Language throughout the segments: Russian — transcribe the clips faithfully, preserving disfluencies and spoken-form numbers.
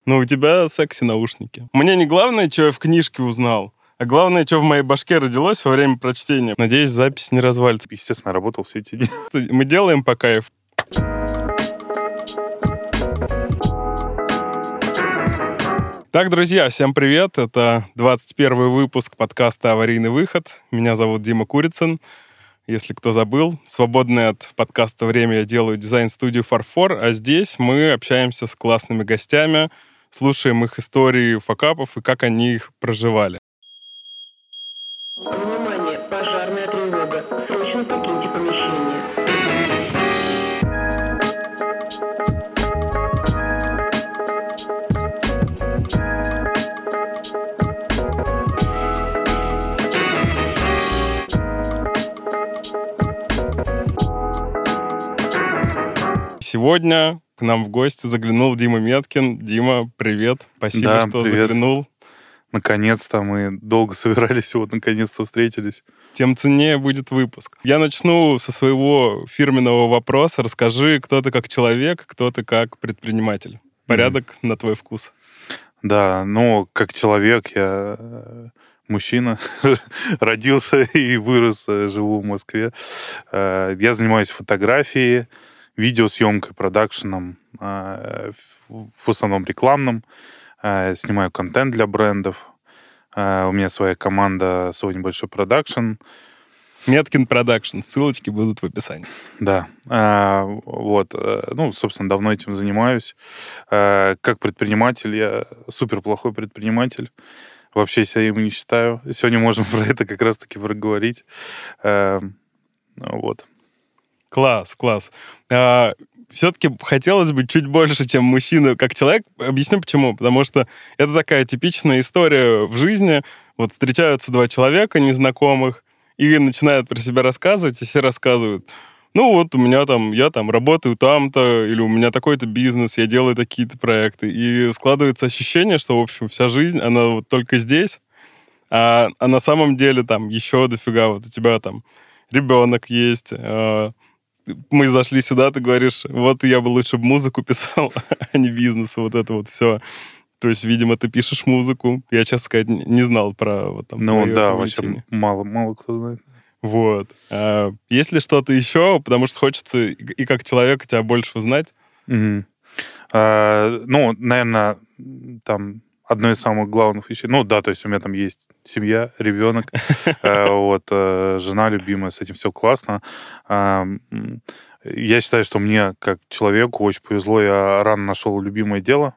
Но у тебя секси-наушники. Мне не главное, что я в книжке узнал, а главное, что в моей башке родилось во время прочтения. Надеюсь, запись не развалится. Естественно, работал все эти дни. Мы делаем по кайфу. Так, друзья, всем привет. Это двадцать первый выпуск подкаста «Аварийный выход». Меня зовут Дима Курицын. Если кто забыл, свободное от подкаста время я делаю дизайн-студию «Фарфор», а здесь мы общаемся с классными гостями, слушаем их истории факапов и как они их проживали. Внимание, пожарная тревога. Срочно покиньте помещение. Сегодня к нам в гости заглянул Дима Меткин. Дима, привет. Спасибо, Да, что привет. заглянул. Наконец-то мы долго собирались, вот наконец-то встретились. Тем ценнее будет выпуск. Я начну со своего фирменного вопроса. Расскажи, кто ты как человек, кто ты как предприниматель. Порядок mm-hmm. на твой вкус. Да, ну, как человек я э, мужчина, родился и вырос, живу в Москве. Э, я занимаюсь фотографией, видеосъемкой, продакшеном, э, в основном рекламным. Э, снимаю контент для брендов. Uh, у меня своя команда, свой небольшой продакшн. Меткин Продакшн. Ссылочки будут в описании. Да. Uh, вот. Uh, ну, собственно, давно этим занимаюсь. Uh, как предприниматель, я супер плохой предприниматель. Вообще себя им не считаю. Сегодня можем про это как раз-таки проговорить. Uh, вот. Класс, класс. Uh... Все-таки хотелось бы чуть больше, чем мужчина как человек. Объясню почему. Потому что это такая типичная история в жизни. Вот встречаются два человека незнакомых и начинают про себя рассказывать, и все рассказывают. Ну вот у меня там, я там работаю там-то, или у меня такой-то бизнес, я делаю такие-то проекты. И складывается ощущение, что, в общем, вся жизнь, она вот только здесь, а, а на самом деле там еще дофига. Вот у тебя там ребенок есть, мы зашли сюда, ты говоришь, вот я бы лучше музыку писал, а не бизнес, вот это вот все. То есть, видимо, ты пишешь музыку. Я, честно сказать, не знал про вот там. Ну да, вообще мало, мало кто знает. Вот. А есть ли что-то еще? Потому что хочется и как человека тебя больше узнать. Mm-hmm. А, ну, наверное, там одно из самых главных вещей. Ну да, то есть у меня там есть семья, ребенок, вот, жена любимая, с этим все классно. Я считаю, что мне, как человеку, очень повезло, я рано нашел любимое дело.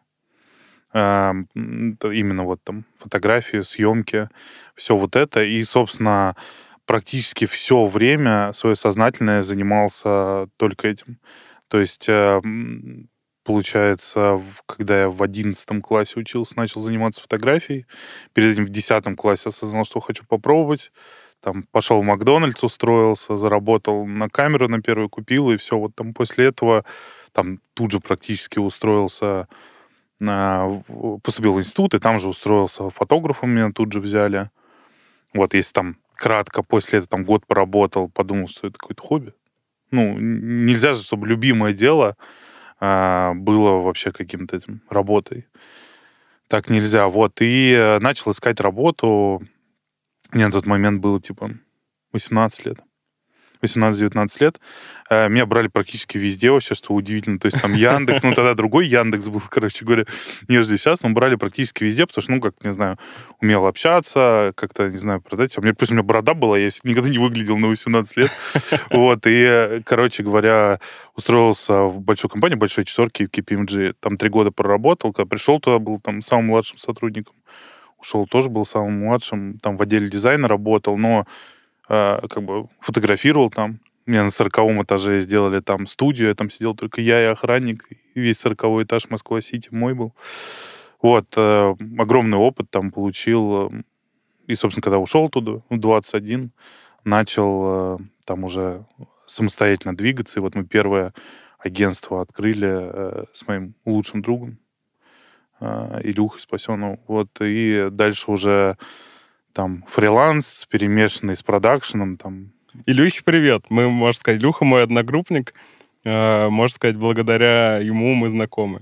Именно вот там фотографии, съемки, все вот это. И, собственно, практически все время свое сознательное занимался только этим. То есть... Получается, когда я в одиннадцатом классе учился, начал заниматься фотографией. Перед этим в десятом классе осознал, что хочу попробовать. Там пошел в Макдональдс, устроился, заработал на камеру на первую, купил, и все. Вот там после этого там тут же практически устроился, на, поступил в институт, и там же устроился фотографом, меня тут же взяли. Вот, если там кратко после этого там год поработал, подумал, что это какое-то хобби. Ну, нельзя же, чтобы любимое дело было вообще каким-то этим работой. Так нельзя. Вот. И начал искать работу. Мне на тот момент было, типа, восемнадцать лет. восемнадцать-девятнадцать лет. Меня брали практически везде вообще, что удивительно. То есть там Яндекс, ну тогда другой Яндекс был, короче говоря, нежели сейчас, но брали практически везде, потому что, ну, как, не знаю, умел общаться, как-то, не знаю, продать. У меня, плюс у меня борода была, я никогда не выглядел на восемнадцать лет. Вот, и, короче говоря, устроился в большую компанию, большой четверки, в кей пи эм джи. Там три года проработал. Когда пришел туда, был там самым младшим сотрудником. Ушел, тоже был самым младшим. Там в отделе дизайна работал, но как бы фотографировал там. Меня на сороковом этаже сделали там студию, я там сидел только я и охранник, и весь сороковой этаж Москва-Сити мой был. Вот, э, огромный опыт там получил. И, собственно, когда ушел туда, в двадцать один, начал э, там уже самостоятельно двигаться. И вот мы первое агентство открыли э, с моим лучшим другом, э, Илюхой Спасеновым. Вот, и дальше уже там фриланс, перемешанный с продакшеном. Там. Илюхе привет. Мы, можно сказать, Илюха мой одногруппник. Можно сказать, благодаря ему мы знакомы.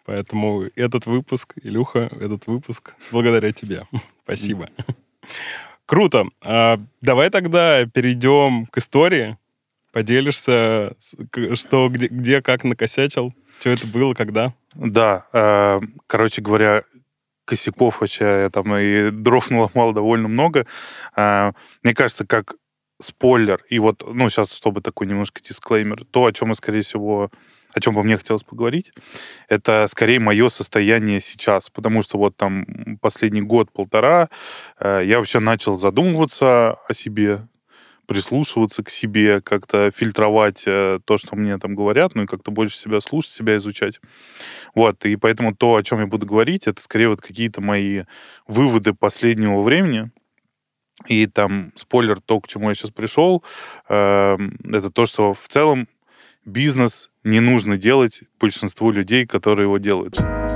Поэтому этот выпуск, Илюха, этот выпуск благодаря тебе. Спасибо. Круто. А, давай тогда перейдем к истории. Поделишься, что, где, где как накосячил, что это было, когда? Да. Э, короче говоря, косяков вообще я там и дров наломал довольно много. Э, мне кажется, как спойлер, и вот, ну, сейчас, чтобы такой немножко дисклеймер, то, о чем я, скорее всего, о чем бы мне хотелось поговорить, это скорее мое состояние сейчас, потому что вот там последний год-полтора э, я вообще начал задумываться о себе, прислушиваться к себе, как-то фильтровать э, то, что мне там говорят, ну и как-то больше себя слушать, себя изучать. Вот, и поэтому то, о чем я буду говорить, это скорее вот какие-то мои выводы последнего времени. И там спойлер, то, к чему я сейчас пришел, э, это то, что в целом бизнес не нужно делать большинству людей, которые его делают.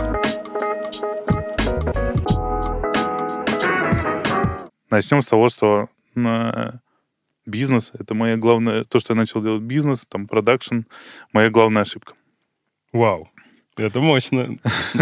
Начнем с того, что э, бизнес — это моя главная... То, что я начал делать бизнес, там, продакшн, моя главная ошибка. Вау, это мощно.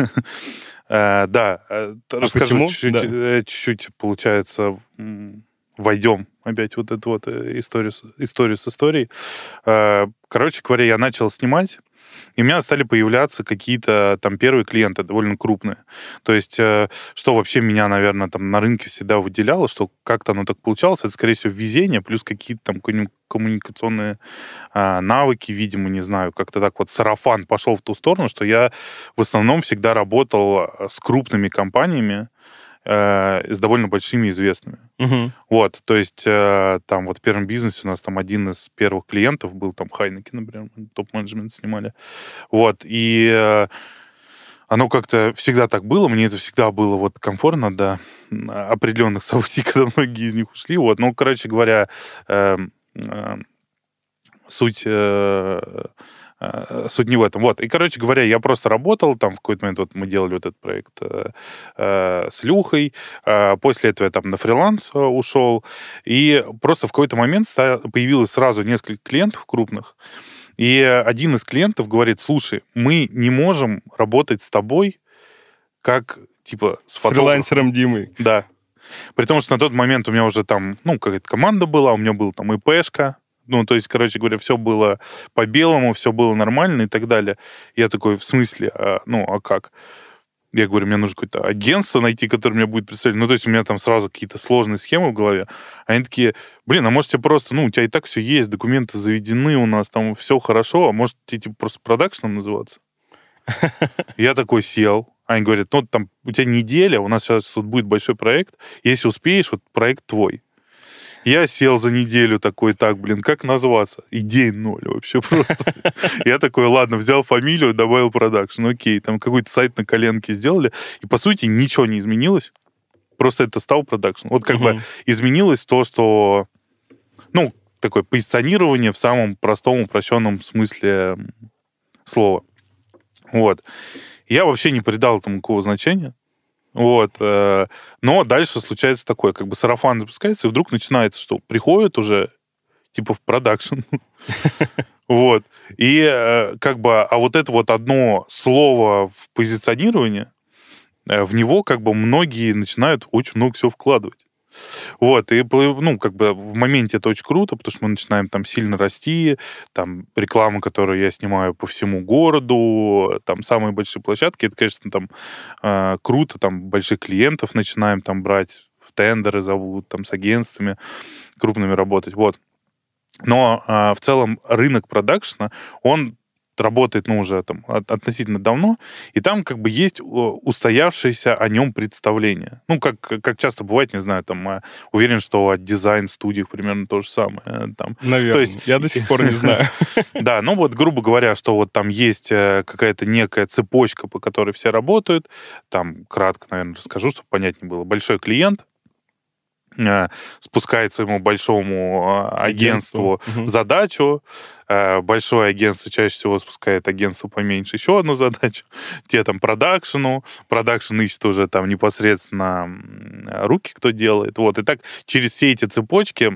Да, расскажу чуть-чуть, чуть-чуть, получается, войдем опять вот эту вот историю, историю с историей. Короче говоря, я начал снимать, и у меня стали появляться какие-то там первые клиенты, довольно крупные. То есть, что вообще меня, наверное, там на рынке всегда выделяло, что как-то оно так получалось, это, скорее всего, везение, плюс какие-то там коммуникационные а, навыки, видимо, не знаю, как-то так вот сарафан пошел в ту сторону, что я в основном всегда работал с крупными компаниями, с довольно большими известными. Угу. Вот, то есть там вот в первом бизнесе у нас там один из первых клиентов был там Хайнекен, например, топ-менеджмент снимали. Вот, и оно как-то всегда так было, мне это всегда было вот комфортно до определенных событий, когда многие из них ушли. Вот, ну, короче говоря, э, э, суть... Э, Суть не в этом. Вот. И, короче говоря, я просто работал, там в какой-то момент вот мы делали вот этот проект э, э, с Люхой, э, после этого я там на фриланс э, ушел, и просто в какой-то момент стал, появилось сразу несколько клиентов крупных, и один из клиентов говорит: слушай, мы не можем работать с тобой как, типа, с, с фрилансером Димой. Да. При том, что на тот момент у меня уже там, ну, какая-то команда была, у меня был там ИПшка. Ну, то есть, короче говоря, все было по-белому, все было нормально и так далее. Я такой: в смысле? А, ну, а как? Я говорю: мне нужно какое-то агентство найти, которое меня будет представлять. Ну, то есть у меня там сразу какие-то сложные схемы в голове. Они такие: блин, а может тебе просто, ну, у тебя и так все есть, документы заведены у нас, там все хорошо, а может тебе типа просто продакшеном называться? Я такой сел. Они говорят: ну, там у тебя неделя, у нас сейчас тут будет большой проект, если успеешь, вот проект твой. Я сел за неделю такой: так, блин, как назваться? Идей ноль вообще просто. Я такой: ладно, взял фамилию, добавил продакшн, окей, там какой-то сайт на коленке сделали, и, по сути, ничего не изменилось, просто это стал продакшн. Вот как бы изменилось то, что, ну, такое позиционирование в самом простом, упрощенном смысле слова. Вот. Я вообще не придал этому никакого значения. Вот. Но дальше случается такое, как бы сарафан запускается, и вдруг начинается, что приходит уже типа в продакшн. Вот. И как бы, а вот это вот одно слово в позиционировании, в него как бы многие начинают очень много всего вкладывать. Вот, и, ну, как бы в моменте это очень круто, потому что мы начинаем там сильно расти, там рекламу, которую я снимаю по всему городу, там самые большие площадки, это, конечно, там э, круто, там больших клиентов начинаем там брать, в тендеры зовут, там с агентствами крупными работать, вот. Но э, в целом рынок продакшена, он работает, ну, уже там относительно давно, и там как бы есть устоявшееся о нем представление. Ну, как, как часто бывает, не знаю, там, уверен, что о дизайн-студиях примерно то же самое. Там. Наверное. То есть, я до сих пор не знаю. Да, ну вот, грубо говоря, что вот там есть какая-то некая цепочка, по которой все работают. Там, кратко, наверное, расскажу, чтобы понятнее было. Большой клиент спускает своему большому агентству, агентству. задачу, большое агентство чаще всего спускает агентству поменьше еще одну задачу, те там продакшену, продакшн ищет уже там непосредственно руки, кто делает, вот, и так через все эти цепочки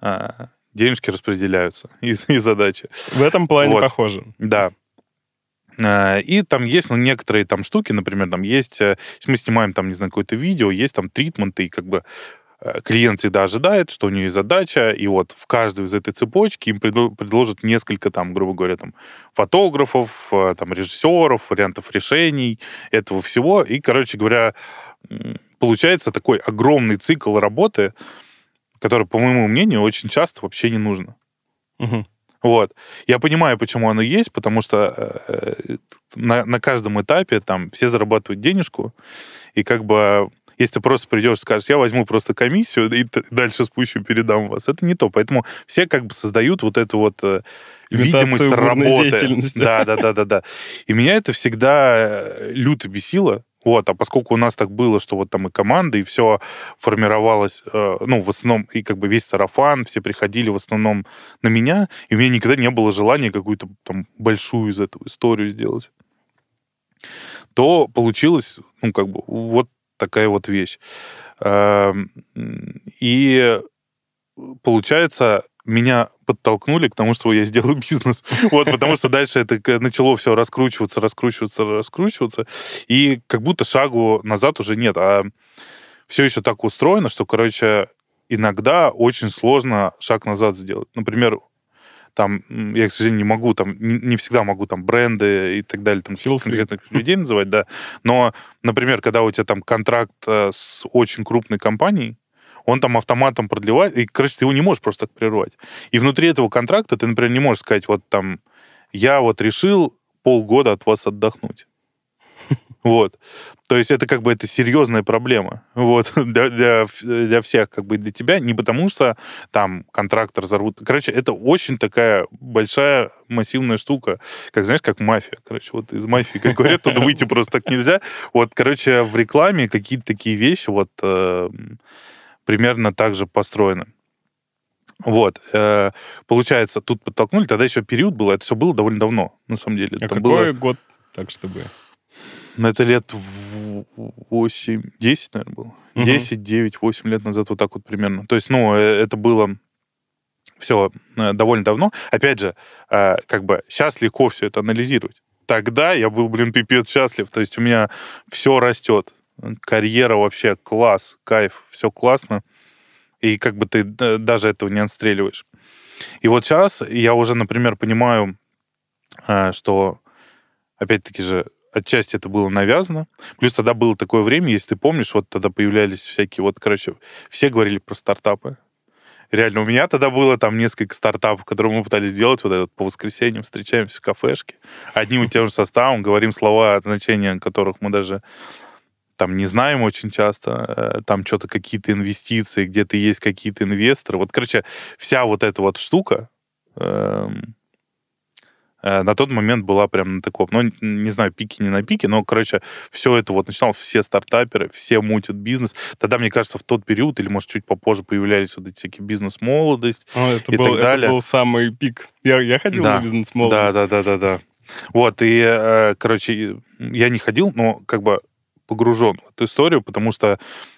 денежки распределяются и, и задачи. В этом плане вот. похоже. Да. И там есть, ну, некоторые там штуки, например, там есть, если мы снимаем там, не знаю, какое-то видео, есть там тритменты, и как бы клиент всегда ожидает, что у нее есть задача, и вот в каждой из этой цепочки им предложат несколько там, грубо говоря, там фотографов, там режиссеров, вариантов решений, этого всего. И, короче говоря, получается такой огромный цикл работы, который, по моему мнению, очень часто вообще не нужно. Угу. Вот. Я понимаю, почему оно есть, потому что э, на, на каждом этапе там все зарабатывают денежку, и как бы если ты просто придешь и скажешь, я возьму просто комиссию и дальше спущу, передам вас, это не то. Поэтому все как бы создают вот эту вот э, видимость работы. Да, да, да, да, да. И меня это всегда люто бесило. Вот, а поскольку у нас так было, что вот там и команда, и все формировалось, э, ну, в основном, и как бы весь сарафан, все приходили в основном на меня, и у меня никогда не было желания какую-то там большую из этого историю сделать, то получилось, ну, как бы, вот такая вот вещь. И получается, меня подтолкнули к тому, что я сделал бизнес. Вот, потому что дальше это начало все раскручиваться, раскручиваться, раскручиваться, и как будто шагу назад уже нет. А все еще так устроено, что, короче, иногда очень сложно шаг назад сделать. Например, там, я, к сожалению, не могу, там, не, не всегда могу там бренды и так далее, там, конкретных людей называть, да. Но, например, когда у тебя там контракт с очень крупной компанией, он там автоматом продлевает, и, короче, ты его не можешь просто так прервать. И внутри этого контракта ты, например, не можешь сказать, вот там, я вот решил полгода от вас отдохнуть. Вот. То есть это как бы это серьезная проблема. Вот. Для, для, для всех, как бы для тебя, не потому что там контракт разорвут. Короче, это очень такая большая, массивная штука. Как, знаешь, как мафия. Короче, вот из мафии, как говорят, туда выйти просто так нельзя. Вот, короче, в рекламе какие-то такие вещи вот э, примерно так же построены. Вот. Э, получается, тут подтолкнули. Тогда еще период был, это все было довольно давно, на самом деле. А Там какой было... год, так чтобы... Ну, это лет восемь-десять, наверное, было. Угу. десять, девять, восемь лет назад, вот так вот примерно. То есть, ну, это было все довольно давно. Опять же, как бы сейчас легко все это анализировать. Тогда я был, блин, пипец счастлив. То есть у меня все растет. Карьера вообще класс, кайф, все классно. И как бы ты даже этого не отстреливаешь. И вот сейчас я уже, например, понимаю, что, опять-таки же, отчасти это было навязано. Плюс тогда было такое время, если ты помнишь, вот тогда появлялись всякие, вот, короче, все говорили про стартапы. Реально, у меня тогда было там несколько стартапов, которые мы пытались сделать, вот этот по воскресеньям встречаемся в кафешке, одним и тем же составом, говорим слова, значения которых мы даже там не знаем очень часто, там что-то какие-то инвестиции, где-то есть какие-то инвесторы. Вот, короче, вся вот эта вот штука эм, на тот момент была прям на таком, ну, не знаю, пике, не на пике, но, короче, все это вот начинал, все стартаперы, все мутят бизнес. Тогда, мне кажется, в тот период, или, может, чуть попозже появлялись вот эти всякие бизнес-молодость О, это и был, так далее. Это был самый пик. Я, я ходил да. на бизнес-молодость. Да, да, да, да, да. Вот, и, короче, я не ходил, но как бы погружен в эту историю, потому что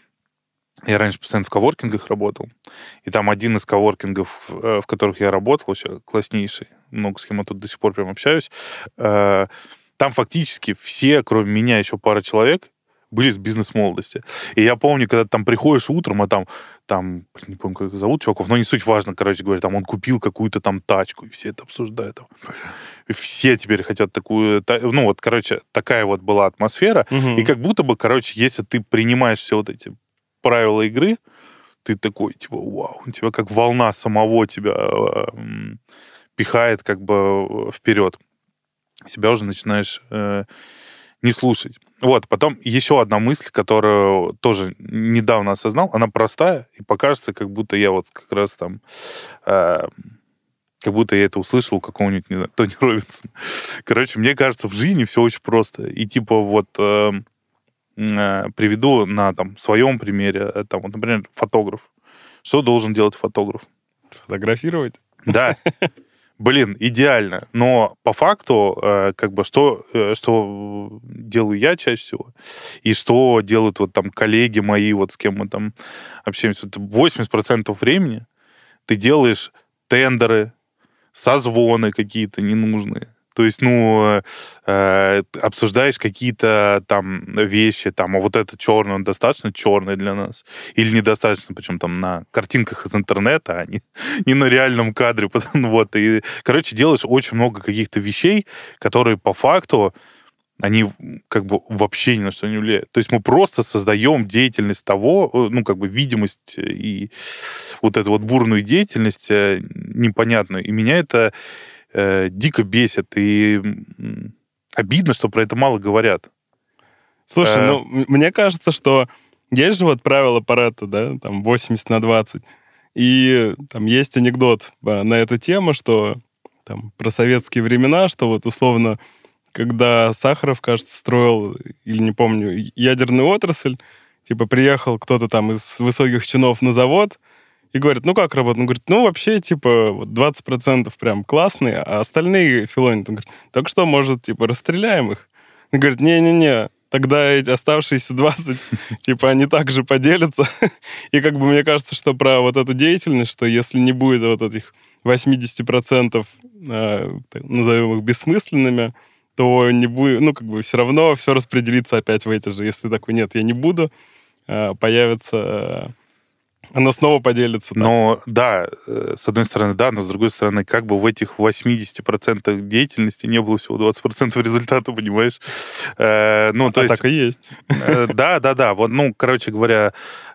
я раньше постоянно в коворкингах работал, и там один из коворкингов, в которых я работал, вообще класснейший, много с кем я тут до сих пор прям общаюсь, там фактически все, кроме меня, еще пара человек, были с бизнес-молодости. И я помню, когда ты там приходишь утром, а там, там, не помню, как их зовут, чуваков, но не суть важно, короче говоря, там он купил какую-то там тачку, и все это обсуждают. Там. И все теперь хотят такую... Ну, вот, короче, такая вот была атмосфера. Угу. И как будто бы, короче, если ты принимаешь все вот эти правила игры, ты такой, типа, вау, у тебя как волна самого тебя э, пихает как бы вперед. Себя уже начинаешь э, не слушать. Вот, потом еще одна мысль, которую тоже недавно осознал, она простая, и покажется, как будто я вот как раз там, э, как будто я это услышал у какого-нибудь, не знаю, Тони Робинсона. Короче, мне кажется, в жизни все очень просто. И типа вот э, э, приведу на там своем примере, там, вот, например, фотограф. Что должен делать фотограф? Фотографировать? Да. Блин, идеально. Но по факту, э, как бы, что, э, что делаю я чаще всего, и что делают вот там коллеги мои, вот с кем мы там общаемся, восемьдесят процентов времени ты делаешь тендеры, созвоны какие-то ненужные. То есть, ну, э, обсуждаешь какие-то там вещи, там, а вот это черное, он достаточно черный для нас, или недостаточно, причем там на картинках из интернета, а не, не на реальном кадре. Вот, и, короче, делаешь очень много каких-то вещей, которые по факту, они как бы вообще ни на что не влияют. То есть мы просто создаем деятельность того, ну, как бы видимость и вот эту вот бурную деятельность непонятную. И меня это э, дико бесит. И обидно, что про это мало говорят. Слушай, э... ну, мне кажется, что есть же вот правило Парето, да, там восемьдесят на двадцать. И там есть анекдот на эту тему, что там про советские времена, что вот условно когда Сахаров, кажется, строил, или не помню, ядерную отрасль, типа приехал кто-то там из высоких чинов на завод и говорит, ну как работает? Он говорит, ну вообще, типа, вот двадцать процентов прям классные, а остальные филонят. Он говорит, так что, может, типа, расстреляем их? Он говорит, не-не-не, тогда эти оставшиеся двадцать, типа, они также поделятся. И как бы мне кажется, что про вот эту деятельность, что если не будет вот этих восемьдесят процентов, назовем их бессмысленными, то не будет, ну, как бы все равно все распределится опять в эти же. Если такой, нет, я не буду, появится, оно снова поделится. Но, да, с одной стороны, да, но с другой стороны, как бы в этих восемьдесят процентов деятельности не было всего двадцать процентов результата, понимаешь? Ну, то а есть, так и есть. Да, да, да. Вот, ну, короче говоря,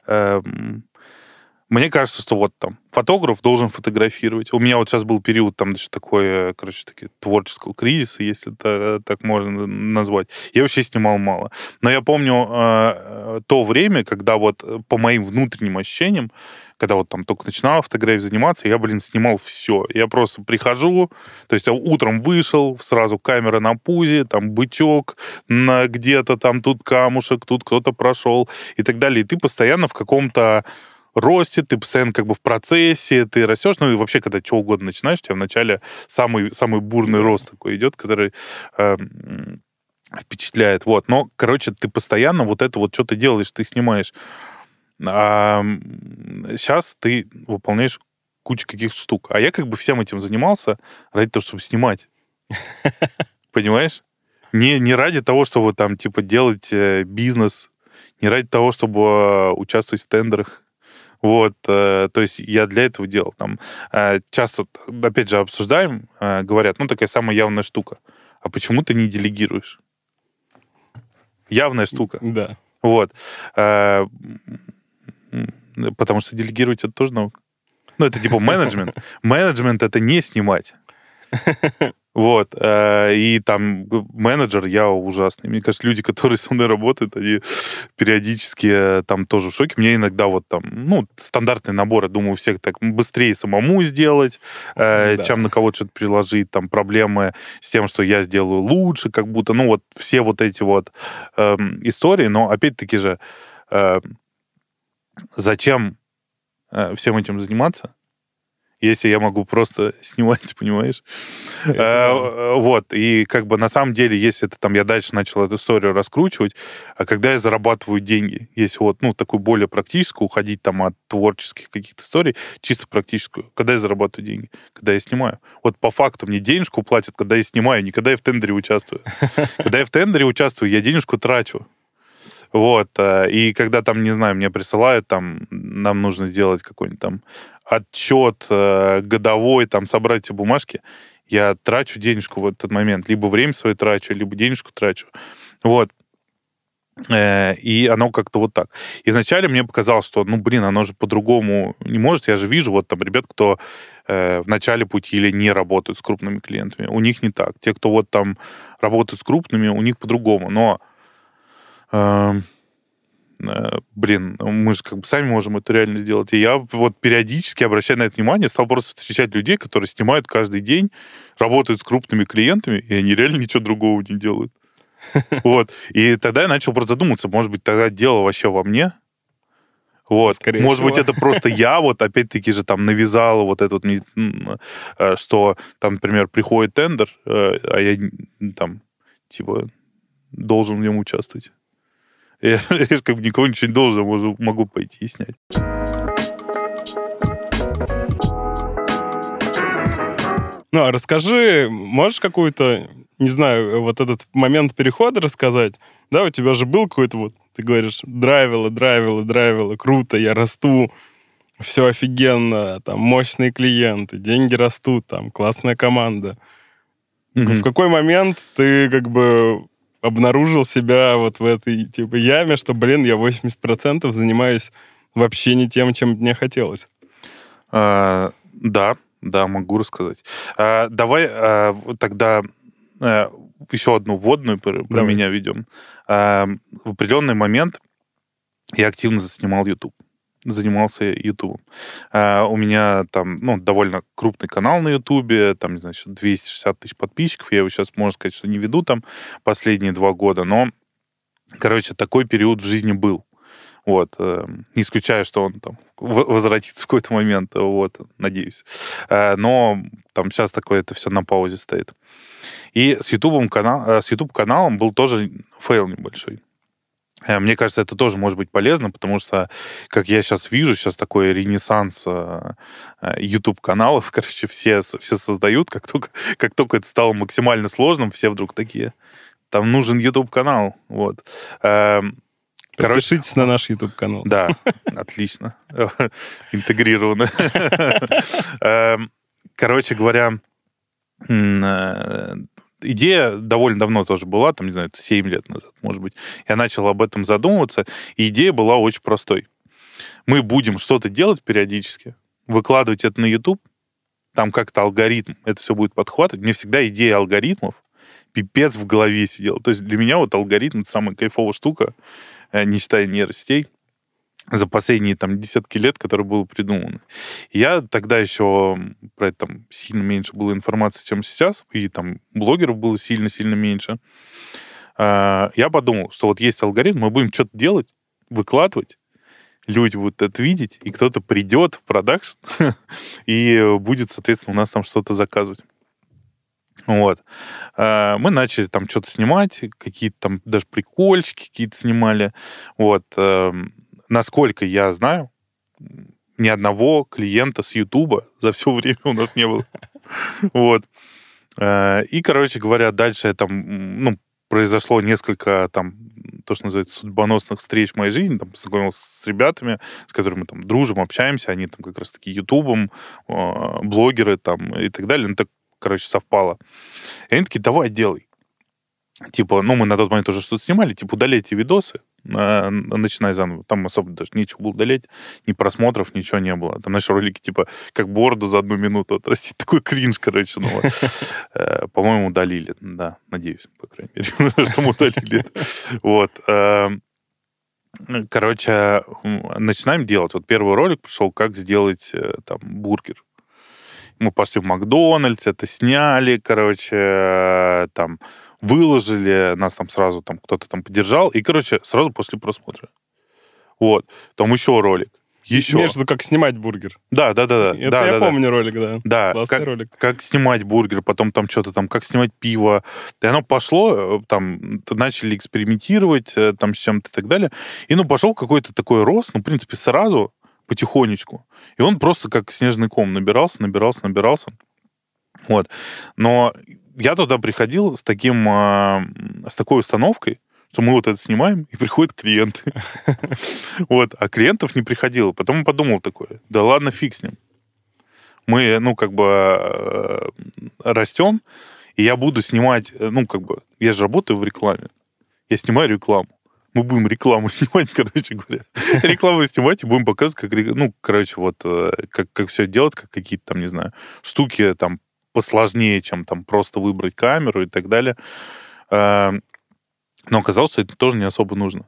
мне кажется, что вот там фотограф должен фотографировать. У меня вот сейчас был период там даже такой, короче, таки, творческого кризиса, если это так можно назвать. Я вообще снимал мало. Но я помню э, то время, когда вот по моим внутренним ощущениям, когда вот там только начинал фотографией заниматься, я, блин, снимал все. Я просто прихожу, то есть я утром вышел, сразу камера на пузе, там бычок, на где-то там тут камушек, тут кто-то прошел и так далее. И ты постоянно в каком-то росте, ты постоянно как бы в процессе, ты растешь, ну и вообще, когда что угодно начинаешь, у тебя вначале самый, самый бурный рост такой идет, который э, впечатляет. Вот. Но, короче, ты постоянно вот это вот, что ты делаешь, ты снимаешь. А сейчас ты выполняешь кучу каких-то штук. А я как бы всем этим занимался ради того, чтобы снимать. Понимаешь? Не, не ради того, чтобы там, типа, делать бизнес, не ради того, чтобы участвовать в тендерах. Вот, э, то есть я для этого делал. Там, э, часто, опять же, обсуждаем, э, говорят, ну, такая самая явная штука. А почему ты не делегируешь? Явная штука. Да. Вот. Э, потому что делегировать это тоже наука. Ну, это типа менеджмент. Менеджмент — это не снимать. Вот. И там менеджер, я ужасный. Мне кажется, люди, которые со мной работают, они периодически там тоже в шоке. Мне иногда вот там, ну, стандартные наборы, думаю, всех так быстрее самому сделать, да. чем на кого-то что-то приложить. Там проблемы с тем, что я сделаю лучше, как будто, ну, вот все вот эти вот э, истории. Но опять-таки же, э, зачем э, всем этим заниматься? Если я могу просто снимать, понимаешь? А, вот, и как бы на самом деле, если это там, я дальше начал эту историю раскручивать, а когда я зарабатываю деньги, если вот, ну, такую более практическую, уходить там от творческих каких-то историй, чисто практическую, когда я зарабатываю деньги? Когда я снимаю. Вот по факту мне денежку платят, когда я снимаю, не когда я в тендере участвую. Когда я в тендере участвую, я денежку трачу. Вот, и когда там, не знаю, мне присылают, там, нам нужно сделать какой-нибудь там отчет э, годовой, там, собрать эти бумажки, я трачу денежку в этот момент. Либо время свое трачу, либо денежку трачу. Вот. Э, и оно как-то вот так. И вначале мне показалось, что, ну, блин, оно же по-другому не может. Я же вижу вот там ребят, кто э, в начале пути или не работают с крупными клиентами. У них не так. Те, кто вот там работают с крупными, у них по-другому. Но э, блин, мы же как бы сами можем это реально сделать. И я вот периодически, обращая на это внимание, стал просто встречать людей, которые снимают каждый день, работают с крупными клиентами, и они реально ничего другого не делают. Вот. И тогда я начал просто задуматься, может быть, тогда дело вообще во мне? Вот. Скорее Может всего. быть, это просто я вот опять-таки же там навязала вот это вот, что там, например, приходит тендер, а я там, типа, должен в нем участвовать. Я, я же как бы никого ничего не должен, могу, могу пойти и снять. Ну, а расскажи, можешь какую-то, не знаю, вот этот момент перехода рассказать? Да, у тебя же был какой-то вот, ты говоришь, драйвило, драйвило, драйвило, круто, я расту, все офигенно, там, мощные клиенты, деньги растут, там, классная команда. Мгм. В какой момент ты как бы обнаружил себя вот в этой типа яме, что, блин, я восемьдесят процентов занимаюсь вообще не тем, чем мне хотелось? А, да, да, могу рассказать. А, давай а, вот тогда а, еще одну вводную про, про Давай. меня ведем. А, в определенный момент я активно заснимал YouTube. Занимался Ютубом. А, у меня там, ну, довольно крупный канал на Ютубе, там, не знаю, еще двести шестьдесят тысяч подписчиков. Я его сейчас, можно сказать, что не веду там последние два года, но, короче, такой период в жизни был. Вот. э, Не исключаю, что он там в- возвратится в какой-то момент, вот, надеюсь. Э, Но там сейчас такое это все на паузе стоит. И с YouTube канал, с YouTube каналом был тоже фейл небольшой. Э, Мне кажется, это тоже может быть полезно, потому что, как я сейчас вижу, сейчас такой ренессанс э, э, YouTube-каналов, короче, все, с- все создают, как только, как только это стало максимально сложным, все вдруг такие, там нужен YouTube-канал, вот. Эм, Короче, Подпишитесь на наш YouTube-канал. да, отлично. Интегрировано. Эм, Короче говоря, м, э, идея довольно давно тоже была, там, не знаю, семь лет назад, может быть. Я начал об этом задумываться, и идея была очень простой. Мы будем что-то делать периодически, выкладывать это на YouTube, там как-то алгоритм это все будет подхватывать. Мне всегда идея алгоритмов пипец в голове сидела. То есть для меня вот алгоритм — это самая кайфовая штука, э, не считая нейросетей, за последние там десятки лет, которые было придумано. Я тогда еще про это там сильно меньше было информации, чем сейчас, и там блогеров было сильно-сильно меньше. А, Я подумал, что вот есть алгоритм, мы будем что-то делать, выкладывать, люди будут это видеть, и кто-то придет в продакшн и будет, соответственно, у нас там что-то заказывать. Вот. А, Мы начали там что-то снимать, какие-то там даже прикольчики какие-то снимали. Вот. эм, Насколько я знаю, м, ни одного клиента с Ютуба за все время у нас не было. Вот. Э, И, короче говоря, дальше там, м, ну, произошло несколько там, то, что называется, судьбоносных встреч в моей жизни. Там познакомился с ребятами, с которыми мы там дружим, общаемся. Они там как раз-таки Ютубом, э, блогеры там и так далее. Ну, так, короче, совпало. И они такие, давай, делай. Типа, ну, мы на тот момент уже что-то снимали, типа, удаляй эти видосы, э, начинай заново. Там особо даже нечего было удалять, ни просмотров, ничего не было. Там, знаешь, ролики, типа, как бороду за одну минуту отрастить. Такой кринж, короче, ну вот. Э, По-моему, удалили, да, надеюсь, по крайней мере, что мы удалили. Вот. э, Короче, м, начинаем делать. Вот первый ролик пришел, как сделать э, там бургер. Мы пошли в Макдональдс, это сняли, короче, э, там выложили, нас там сразу там кто-то там поддержал, и, короче, сразу после просмотра. Вот. Там еще ролик. Еще. Имеешь в виду, как снимать бургер? Да, да, да, да. Это да, я да, помню ролик, да. да. Классный как, ролик. как снимать бургер, потом там что-то там, как снимать пиво. И оно пошло, э, там, начали экспериментировать э, там с чем-то и так далее. И, ну, пошел какой-то такой рост, ну, в принципе, сразу, потихонечку. И он просто как снежный ком набирался, набирался, набирался. Вот. Но я туда приходил с таким, а, с такой установкой, что мы вот это снимаем, и приходят клиенты. Вот. А клиентов не приходило. Потом я подумал такое, да ладно, фиг с ним. Мы, ну, как бы э, растем, и я буду снимать, э, ну, как бы, я же работаю в рекламе. Я снимаю рекламу. Мы будем рекламу снимать, короче говоря. Рекламу снимать и будем показывать, как, ре- ну, короче, вот, э, как, как все делать, как какие-то там, не знаю, штуки там посложнее, чем там просто выбрать камеру и так далее. Э, Но оказалось, что это тоже не особо нужно.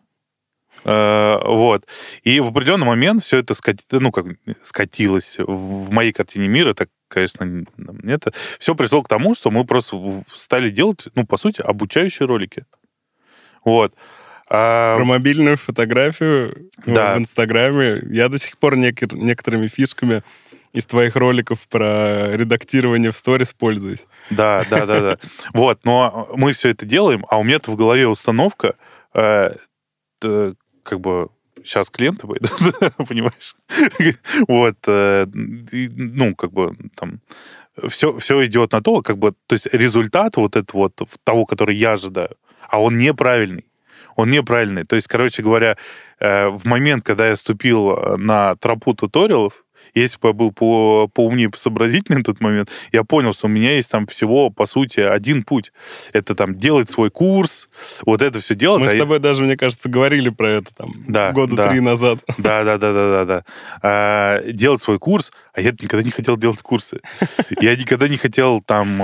Э, Вот. И в определенный момент все это скати... ну, как, скатилось в моей картине мира, так, конечно, н- это все пришло к тому, что мы просто в- стали делать, ну, по сути, обучающие ролики. Вот. А, Про мобильную фотографию в- Да. в Инстаграме. Я до сих пор нек- некоторыми фишками из твоих роликов про редактирование в сторис пользуюсь. Да, да, да, да. Вот, но мы все это делаем, а у меня-то в голове установка, э, т- как бы, сейчас клиенты пойдут, понимаешь? Вот, ну, как бы там все, все идет на то, как бы, то есть результат вот этот вот того, который я ожидаю, а он неправильный. Он неправильный. То есть, короче говоря, в момент, когда я ступил на тропу туториалов, если бы я был по, поумнее, посообразительнее в тот момент, я понял, что у меня есть там всего, по сути, один путь. Это там делать свой курс, вот это все делать. Мы а с я... тобой даже, мне кажется, говорили про это там да, года да. три назад. Да, да, да, да, да, да. А, делать свой курс, а я никогда не хотел делать курсы. Я никогда не хотел там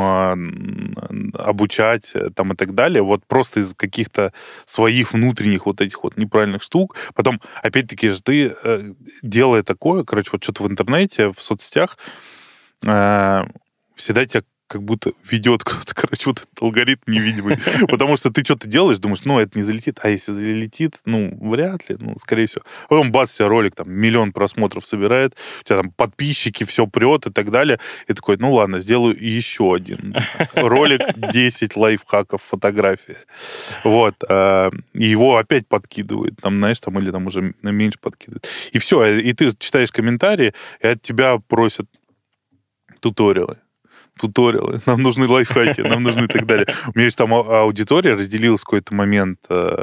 обучать там и так далее, вот просто из каких-то своих внутренних вот этих вот неправильных штук. Потом, опять-таки же, ты, делая такое, короче, вот что-то в интернете, в соцсетях, всегда тебя как будто ведет кто-то, короче, вот этот алгоритм невидимый. Потому что ты что-то делаешь, думаешь, ну, это не залетит. А если залетит, ну, вряд ли, ну, скорее всего. Потом бац, у тебя ролик там миллион просмотров собирает, у тебя там подписчики, все прет и так далее. И такой, ну, ладно, сделаю еще один ролик, десять лайфхаков фотографии. Вот. И его опять подкидывают, там, знаешь, там, или там уже меньше подкидывают. И все, и ты читаешь комментарии, и от тебя просят туториалы. туториалы, нам нужны лайфхаки, нам нужны и так далее. У меня есть там аудитория разделилась в какой-то момент,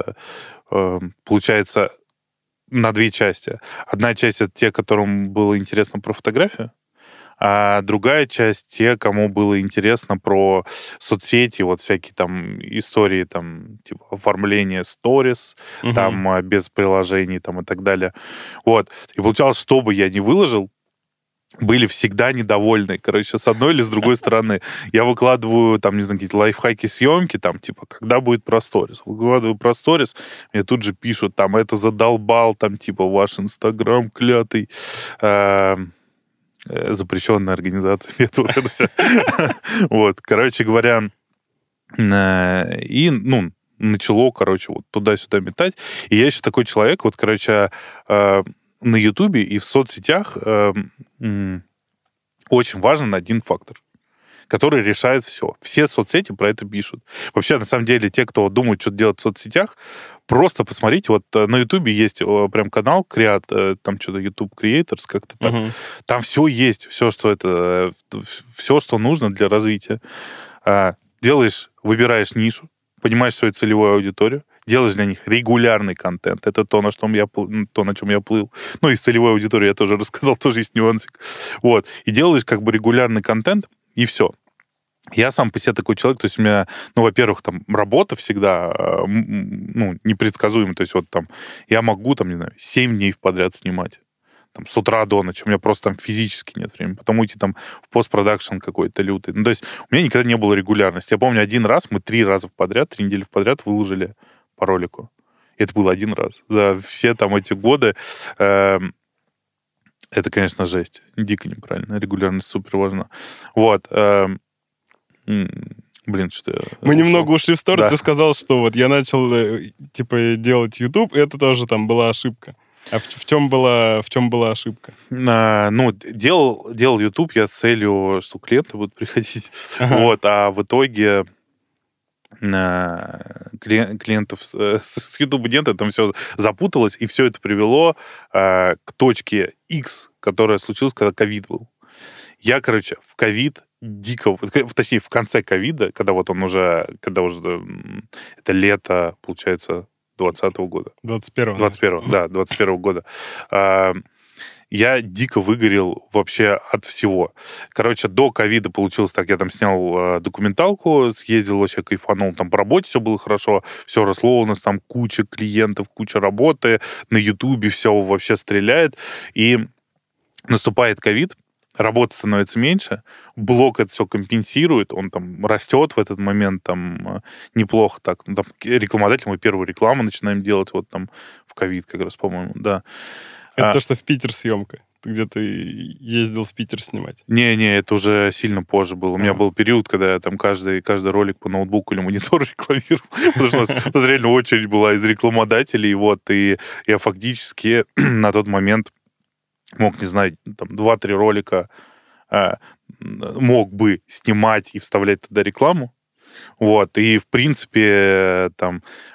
получается, на две части. Одна часть — это те, которым было интересно про фотографию, а другая часть — те, кому было интересно про соцсети, вот всякие там истории, там, типа, оформления сторис, угу. там, без приложений, там, и так далее. Вот. И получалось, что бы я ни выложил, были всегда недовольны, короче, с одной или с другой стороны. Я выкладываю, там, не знаю, какие-то лайфхаки съемки, там, типа, когда будет про сторис? Выкладываю про сторис, мне тут же пишут, там, это задолбал, там, типа, ваш Инстаграм клятый, запрещенная организация, это вот это все. Вот, короче говоря, и, ну, начало, короче, вот туда-сюда метать. И я еще такой человек, вот, короче, на Ютубе и в соцсетях э, м, очень важен один фактор, который решает все. Все соцсети про это пишут. Вообще, на самом деле, те, кто думает, что делать в соцсетях, просто посмотрите, вот на Ютубе есть прям канал Creat, там что-то YouTube Creators, как-то так. Uh-huh. Там все есть, все, что это, все, что нужно для развития. Делаешь, выбираешь нишу, понимаешь свою целевую аудиторию, делаешь для них регулярный контент. Это то, на, что я, то, на чем я плыл. Ну, и с целевой аудиторией я тоже рассказал, тоже есть нюансик. Вот. И делаешь как бы регулярный контент, и все. Я сам по себе такой человек, то есть у меня, ну, во-первых, там, работа всегда, ну, непредсказуема. То есть вот там я могу, там, не знаю, семь дней подряд снимать. Там, с утра до ночи. У меня просто там физически нет времени. Потом уйти там в постпродакшн какой-то лютый. Ну, то есть у меня никогда не было регулярности. Я помню, один раз мы три раза подряд, три недели подряд выложили по ролику. Это был один раз. За все там эти годы э, это, конечно, жесть. Дико неправильно. Регулярность супер важна. Вот. Э, блин, что я... Мы ушел. немного ушли в сторону. Да. Ты сказал, что вот я начал, типа, делать YouTube, и это тоже там была ошибка. А в, в чем была, в чем была ошибка? А, ну, делал, делал YouTube я с целью, что клиенты будут приходить. Ага. Вот, а в итоге клиентов с YouTube нет, там все запуталось, и все это привело а, к точке X, которая случилась, когда ковид был. Я, короче, в ковид дико, точнее, в конце ковида, когда вот он уже, когда уже это лето, получается, двадцатого года. двадцать первого. двадцать первого, да, двадцать первого года. А, я дико выгорел вообще от всего. Короче, до ковида получилось так, я там снял э, документалку, съездил, вообще кайфанул, там по работе все было хорошо, все росло, у нас там куча клиентов, куча работы, на Ютубе все вообще стреляет, и наступает ковид, работы становится меньше, блог это все компенсирует, он там растет в этот момент там неплохо так. Ну, там, рекламодатель, мы первую рекламу начинаем делать вот там в ковид как раз, по-моему, да. Это а, то, что в Питер съемка. Ты где-то ездил в Питер снимать. Не-не, это уже сильно позже было. У меня а. был период, когда я там каждый, каждый ролик по ноутбуку или монитору рекламировал, потому что у нас реально очередь была из рекламодателей, вот, и я фактически на тот момент мог, не знаю, там, два-три ролика э, мог бы снимать и вставлять туда рекламу. Вот, и, в принципе, там,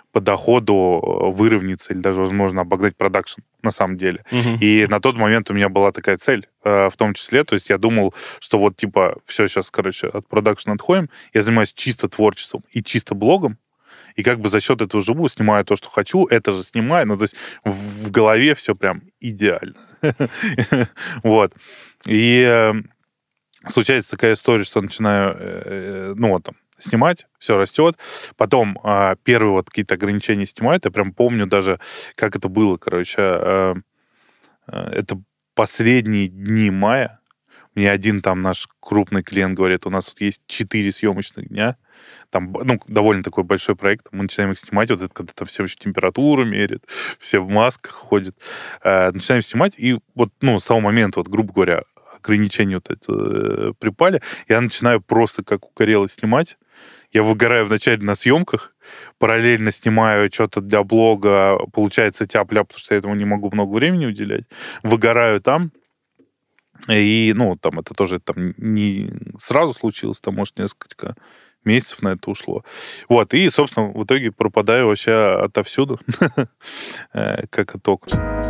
по доходу выровняться или даже, возможно, обогнать продакшн на самом деле. Мгм. И на тот момент у меня была такая цель, э, в том числе, то есть я думал, что вот, типа, все, сейчас, короче, от продакшна отходим, я занимаюсь чисто творчеством и чисто блогом, и как бы за счет этого живу, снимаю то, что хочу, это же снимаю, ну, то есть в, в голове все прям идеально. Вот. И э, случается такая история, что начинаю, э, ну, вот там, снимать, все растет. Потом э, первые вот какие-то ограничения снимают. Я прям помню даже, как это было, короче. Э, э, это последние дни мая. Мне один там наш крупный клиент говорит, у нас тут есть четыре съемочных дня. Там, ну, довольно такой большой проект. Мы начинаем их снимать, вот это, когда там все еще температуру мерят, все в масках ходят. Э, начинаем снимать, и вот, ну, с того момента, вот, грубо говоря, ограничения вот это э, припали, я начинаю просто как укорелый снимать. Я выгораю вначале на съемках, параллельно снимаю что-то для блога, получается тяп-ляп, потому что я этому не могу много времени уделять. Выгораю там, и, ну, там это тоже там не сразу случилось, там, может, несколько месяцев на это ушло. Вот, и, собственно, в итоге пропадаю вообще отовсюду, как итог.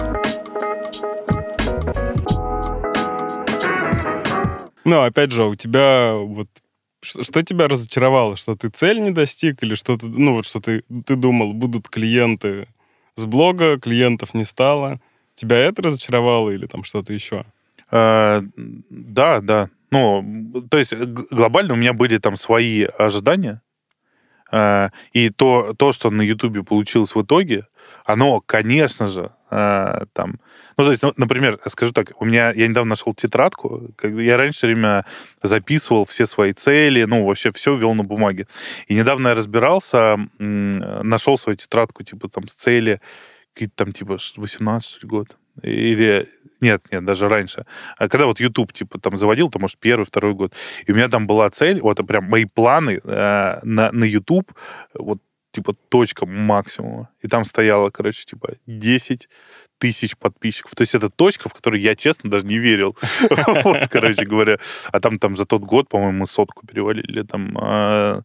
Ну, опять же, у тебя вот ш- что тебя разочаровало? Что ты цель не достиг? Или что ты, ну, вот что ты, ты думал, будут клиенты с блога, клиентов не стало? Тебя это разочаровало или там что-то еще? Э, Да, да. Ну, то есть г- глобально у меня были там свои ожидания, э, и то, то, что на Ютубе получилось в итоге, оно, конечно же, э, там... Ну, то есть, ну, например, скажу так, у меня... Я недавно нашел тетрадку, когда я раньше все время записывал все свои цели, ну, вообще все вел на бумаге. И недавно я разбирался, м, нашел свою тетрадку, типа, там, с цели, какие-то там, типа, восемнадцатый что ли, год. Или... Нет, нет, даже раньше. А когда вот YouTube, типа, там заводил, то, может, первый, второй год. И у меня там была цель, вот прям мои планы э, на, на YouTube, вот, типа, точка максимума. И там стояло, короче, типа, десять тысяч подписчиков. То есть это точка, в которой я, честно, даже не верил. Вот, короче говоря. А там, там за тот год, по-моему, мы сотку перевалили. Там, э,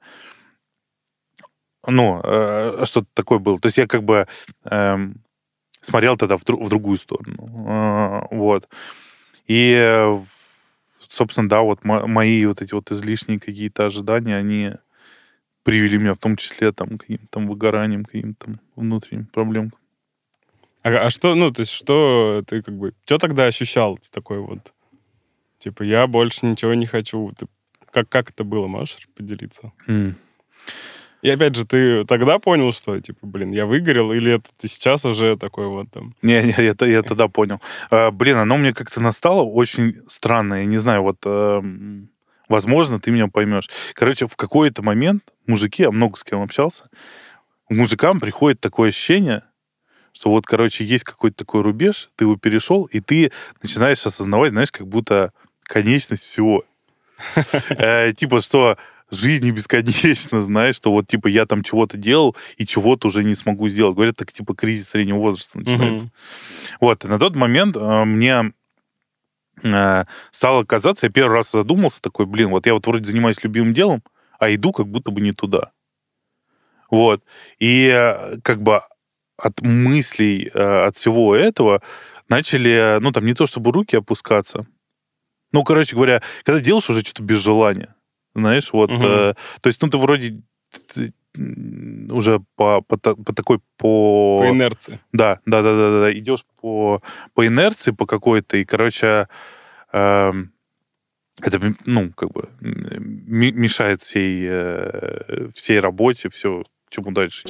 ну, э, что-то такое было. То есть я как бы... эм, смотрел тогда в, дру- в другую сторону. А, Вот. И, э, в- собственно, да, вот мо- мои вот эти вот излишние какие-то ожидания, они привели меня в том числе там, к каким-то там выгоранием, каким-то там внутренним проблемкам. А, а что, ну, то есть что ты как бы... Что тогда ощущал? Ты такой вот, типа, я больше ничего не хочу. Ты, как, как это было? Можешь поделиться? М. И опять же, ты тогда понял, что, типа, блин, я выгорел, или это ты сейчас уже такой вот там... Не, не, я, т- я тогда понял. А, блин, оно мне как-то настало очень странно. Я не знаю, вот, эм, возможно, ты меня поймешь. Короче, в какой-то момент мужики, я много с кем общался, мужикам приходит такое ощущение, что вот, короче, есть какой-то такой рубеж, ты его перешел, и ты начинаешь осознавать, знаешь, как будто конечность всего. Э, Типа, что жизнь не бесконечна, знаешь, что вот, типа, я там чего-то делал, и чего-то уже не смогу сделать. Говорят, так, типа, кризис среднего возраста начинается. Мгм. Вот, и на тот момент э, мне э, стало казаться, я первый раз задумался, такой, блин, вот я вот вроде занимаюсь любимым делом, а иду как будто бы не туда. Вот. И э, как бы от мыслей, э, от всего этого начали, ну, там, не то чтобы руки опускаться. Ну, короче говоря, когда делаешь уже что-то без желания, знаешь, вот, Мгм. э, то есть, ну, ты вроде ты, м, уже по, по, та- по такой, По по... инерции. Да, да, да, да, да, да, идешь по, по инерции, по какой-то, и, короче, эм, это, м, ну, как бы м, ми- мешает всей, э, всей работе, все, чему дальше.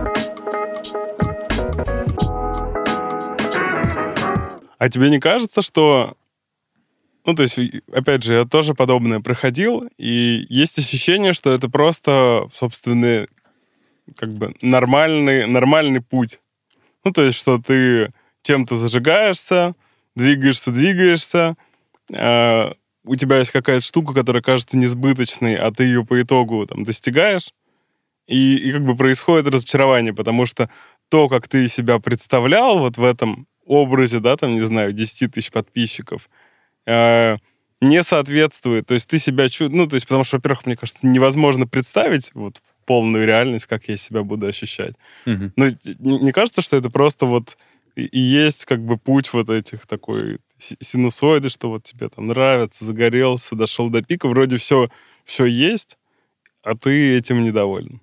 А тебе не кажется, что... Ну, то есть, и- опять же, я тоже подобное проходил, и есть ощущение, что это просто, собственно, как бы нормальный, нормальный путь. Ну, то есть, что ты чем-то зажигаешься, двигаешься, двигаешься, а, у тебя есть какая-то штука, которая кажется несбыточной, а ты ее по итогу там достигаешь, и, и как бы происходит разочарование, потому что то, как ты себя представлял вот в этом образе, да, там, не знаю, десять тысяч подписчиков, э, не соответствует. То есть ты себя чувствуешь... Ну, то есть, потому что, во-первых, мне кажется, невозможно представить вот полную реальность, как я себя буду ощущать. Мгм. Но не, не кажется, что это просто вот и, и есть как бы путь вот этих такой си- синусоиды, что вот тебе там нравится, загорелся, дошел до пика, вроде все, все есть, а ты этим недоволен.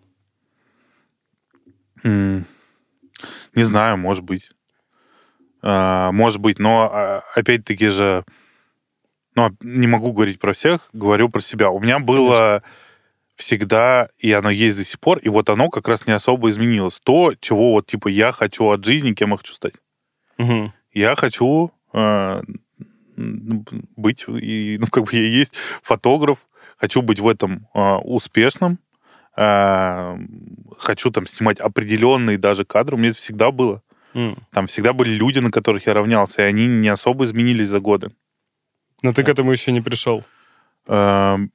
М, Не знаю, может быть. А, Может быть, но а, опять-таки же, ну, не могу говорить про всех, говорю про себя. У меня было всегда, и оно есть до сих пор, и вот оно как раз не особо изменилось. То, чего вот, типа, я хочу от жизни, кем я хочу стать. Мгм. Я хочу э, м, быть, и, ну, как бы я и есть фотограф, хочу быть в этом э, успешным, э, хочу там снимать определенные даже кадры. У меня это всегда было. М. Там всегда были люди, на которых я равнялся, и они не особо изменились за годы. Но ты к этому еще не пришел. Эм,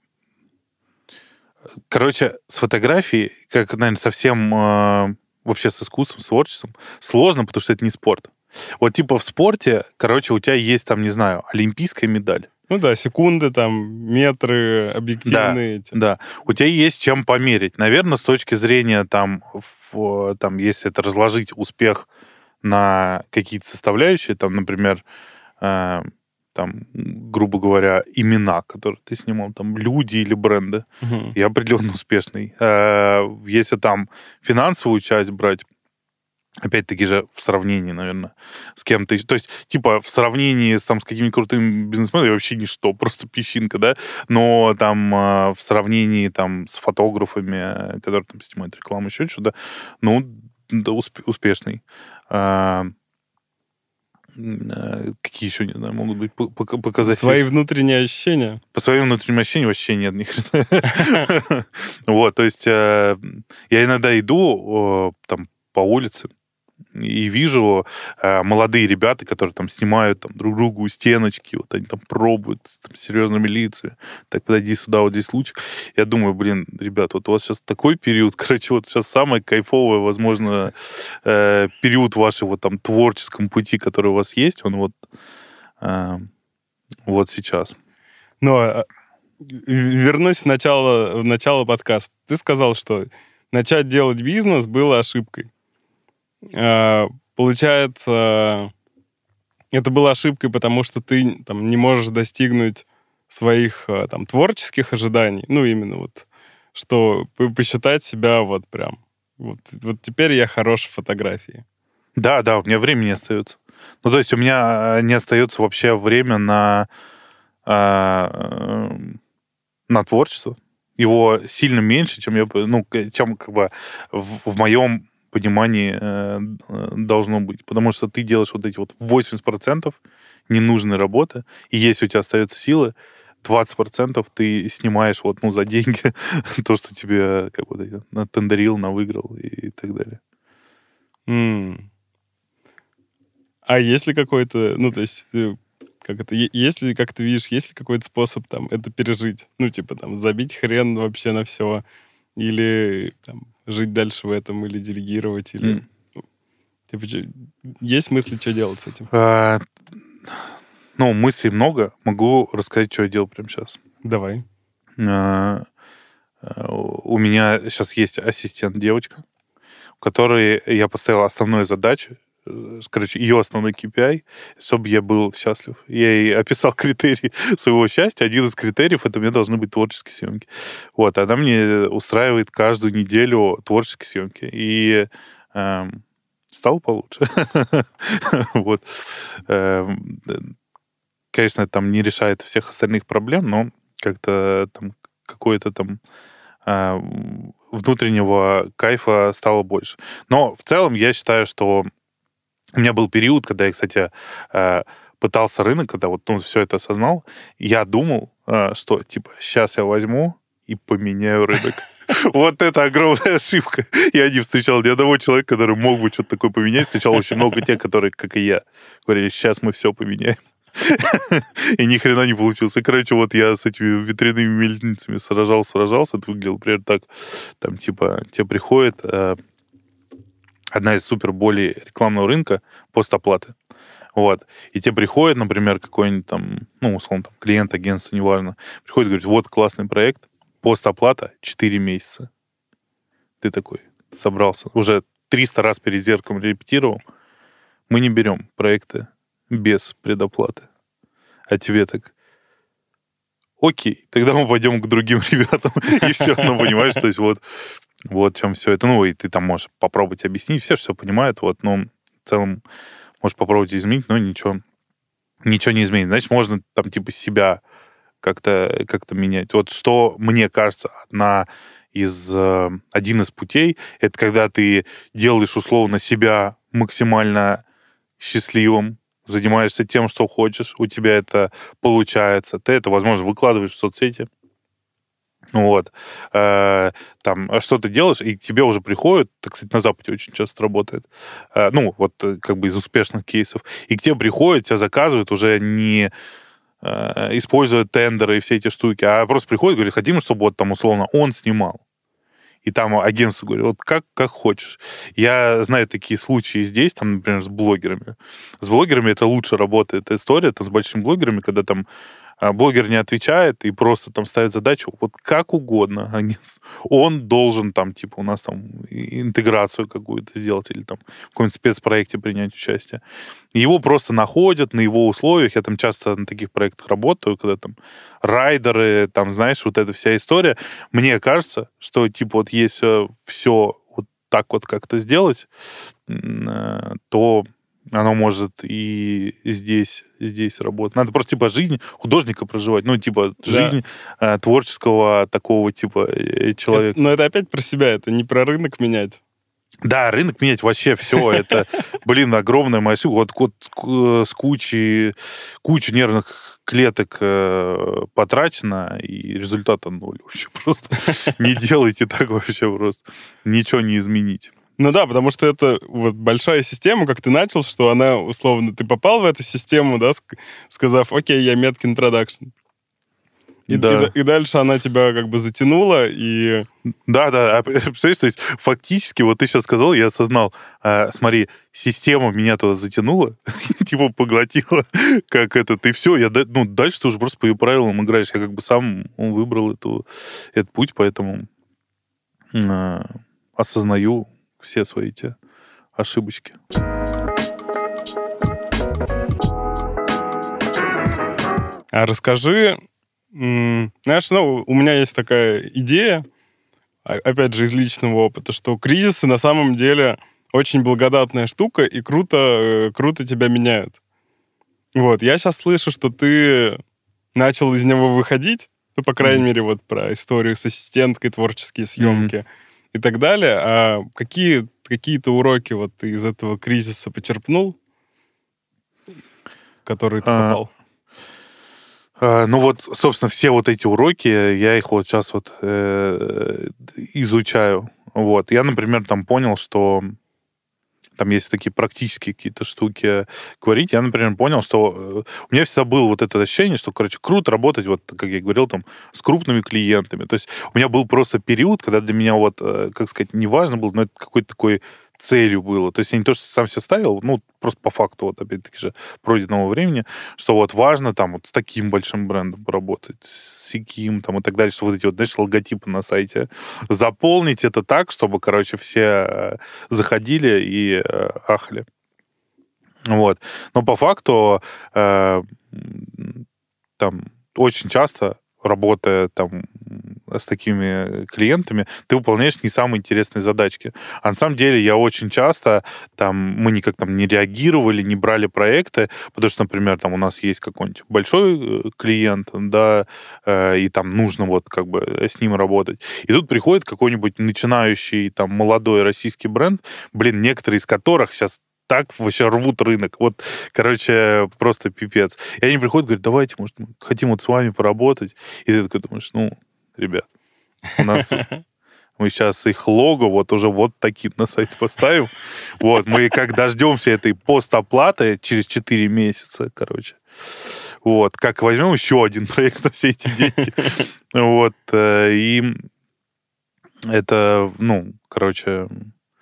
Короче, с фотографией, как, наверное, совсем э, вообще с искусством, с творчеством, сложно, потому что это не спорт. Вот типа в спорте, короче, у тебя есть там, не знаю, олимпийская медаль. Ну да, секунды, там, метры, объективные эти. Да, у тебя есть чем померить. Наверное, с точки зрения там, в- там, если это разложить успех на какие-то составляющие, там, например, э, там, грубо говоря, имена, которые ты снимал, там, люди или бренды, Мгм. и определенно успешный. Э, Если там финансовую часть брать, опять-таки же в сравнении, наверное, с кем-то. То есть, типа, в сравнении с, там, с какими-то крутыми бизнесменами вообще ничто, просто песчинка, да? Но там э, в сравнении там с фотографами, э, которые там снимают рекламу, еще что-то, ну, да, усп- успешный. А, м, э, какие еще, не знаю, могут быть по- пока- показатели? Свои внутренние ощущения. По своим внутренним ощущениям вообще нет ни хрена. Вот, то есть э, я иногда иду э, там по улице и вижу э, молодые ребята, которые там снимают там друг другу стеночки, вот они там пробуют с там, серьезными лицами. Так, подойди сюда, вот здесь лучик. Я думаю, блин, ребят, вот у вас сейчас такой период, короче, вот сейчас самый кайфовый, возможно, э, период вашего там творческом пути, который у вас есть, он вот э, вот сейчас. Но а, вернусь в начало, в начало подкаста. Ты сказал, что начать делать бизнес было ошибкой. А, Получается, это была ошибкой, потому что ты там не можешь достигнуть своих а, там творческих ожиданий. Ну, именно вот, что п- посчитать себя вот прям. Вот, вот теперь я хорош в фотографии. Да, да, у меня времени не остается. Ну, то есть у меня э, не остается вообще время на, а, э, на творчество. Его сильно меньше, чем я, бы- ну, к- чем как бы в, в моем понимании э, э, должно быть. Потому что ты делаешь вот эти вот восемьдесят процентов ненужной работы, и если у тебя остается силы, двадцать процентов ты снимаешь вот, ну, за деньги то, что тебе как бы натендерил, навыиграл и так далее. М. А есть ли какой-то, ну, то есть, э, как это, е- есть ли, как ты видишь, есть ли какой-то способ там это пережить? Ну, типа, там, забить хрен вообще на все, или там, жить дальше в этом, или делегировать, или... М. ну, типа, чё- есть мысли, что делать с этим? А, Ну, мыслей много. Могу рассказать, что я делал прямо сейчас. Давай. А, а, У меня сейчас есть ассистент-девочка, у которой я поставил основную задачу, э, короче, ее основной кей пи ай, чтобы я был счастлив. Я ей описал критерии своего счастья. Один из критериев — это у меня должны быть творческие съемки. Вот, она мне устраивает каждую неделю творческие съемки. И эм, стало получше. Вот. Эм, Конечно, это там не решает всех остальных проблем, но как-то там какое-то там а, м, внутреннего кайфа стало больше. Но в целом я считаю, что у меня был период, когда я, кстати, э, пытался рынок, когда вот ну, все это осознал, я думал, э, что типа сейчас я возьму и поменяю рынок. Вот это огромная ошибка. Я не встречал ни одного человека, который мог бы что-то такое поменять. Встречал очень много тех, которые, как и я, говорили, сейчас мы все поменяем. И ни хрена не получилось. И, короче, вот я с этими ветряными мельницами сражался, сражался. Это выглядело примерно так. Там, типа, тебе приходит э, одна из супер болей рекламного рынка — постоплаты. Вот. И тебе приходит, например, какой-нибудь там, ну, условно, там, клиент, агентство, неважно, приходит и говорит, вот классный проект, постоплата четыре месяца. Ты такой собрался, уже триста раз перед зеркалом репетировал. Мы не берем проекты без предоплаты. А тебе так, окей, тогда мы пойдем к другим ребятам, и все, ну, понимаешь, то есть вот, вот в чем все это. Ну, и ты там можешь попробовать объяснить, все все понимают, вот, но в целом можешь попробовать изменить, но ничего, ничего не изменить. Значит, можно там типа себя как-то как менять. Вот что, мне кажется, одна из, один из путей, это когда ты делаешь условно себя максимально счастливым, занимаешься тем, что хочешь, у тебя это получается, ты это, возможно, выкладываешь в соцсети, вот, э, там, что ты делаешь, и к тебе уже приходят, так, кстати, на Западе очень часто работает, э, ну, вот, как бы из успешных кейсов, и к тебе приходят, тебя заказывают уже не э, используя тендеры и все эти штуки, а просто приходят, говорят, хотим, чтобы вот там, условно, он снимал. И там агентство говорит, вот как, как хочешь. Я знаю такие случаи здесь, там, например, с блогерами. С блогерами это лучше работает история, там, с большими блогерами, когда там блогер не отвечает и просто там ставит задачу вот как угодно. Он должен там, типа, у нас там интеграцию какую-то сделать или там в каком-нибудь спецпроекте принять участие. Его просто находят на его условиях. Я там часто на таких проектах работаю, когда там райдеры, там, знаешь, вот эта вся история. Мне кажется, что, типа, вот если все вот так вот как-то сделать, то оно может и здесь, здесь работать. Надо просто, типа, жизнь художника проживать. Ну, типа, жизнь да. творческого такого, типа, человека. Это, но это опять про себя, это не про рынок менять. Да, рынок менять вообще все. Это, блин, огромная моя ошибка. Вот, вот с кучей, кучу нервных клеток э, потрачено, и результата ноль. Вообще просто не делайте так вообще просто. Ничего не изменить. Ну да, потому что это вот большая система, как ты начал, что она, условно, ты попал в эту систему, да, сказав, окей, я Меткин Продакшн. И, да. и, и дальше она тебя как бы затянула, и... Да, да, представляешь, то есть фактически, вот ты сейчас сказал, я осознал, а, смотри, система меня туда затянула, типа поглотила, как этот, и все, я, ну, дальше ты уже просто по ее правилам играешь, я как бы сам выбрал эту, этот путь, поэтому а, осознаю все свои те ошибочки. А расскажи, знаешь, ну, у меня есть такая идея, опять же, из личного опыта, что кризисы на самом деле очень благодатная штука, и круто, круто тебя меняют. Вот, я сейчас слышу, что ты начал из него выходить, ну, по крайней mm-hmm. мере, вот про историю с ассистенткой, творческие съемки mm-hmm. и так далее. А какие, какие-то уроки вот ты из этого кризиса почерпнул, в которые ты а... попал? Ну вот, собственно, все вот эти уроки, я их вот сейчас вот э, изучаю. Вот. Я, например, там понял, что там есть такие практические какие-то штуки говорить. Я, например, понял, что у меня всегда было вот это ощущение, что, короче, круто работать, вот, как я говорил, там, с крупными клиентами. То есть у меня был просто период, когда для меня вот, как сказать, не важно было, но это какой-то такой целью было. То есть я не то, что сам себе ставил, ну, просто по факту, вот, опять-таки же, пройденного времени, что вот важно там вот с таким большим брендом поработать, с сяким там и так далее, что вот эти вот, знаешь, логотипы на сайте. Заполнить это так, чтобы, короче, все заходили и э, ахли. Вот. Но по факту э, там очень часто, работая там с такими клиентами, ты выполняешь не самые интересные задачки. А на самом деле я очень часто, там, мы никак там не реагировали, не брали проекты, потому что, например, там у нас есть какой-нибудь большой клиент, да, э, и там нужно вот как бы с ним работать. И тут приходит какой-нибудь начинающий там молодой российский бренд, блин, некоторые из которых сейчас так вообще рвут рынок. Вот, короче, просто пипец. И они приходят, говорят, давайте, может, мы хотим вот с вами поработать. И ты такой думаешь, ну, ребят, у нас мы сейчас их лого вот уже вот такие на сайт поставим. Вот, мы как дождемся этой постоплаты через четыре месяца, короче. Вот, как возьмем еще один проект на все эти деньги. Вот, и это, ну, короче,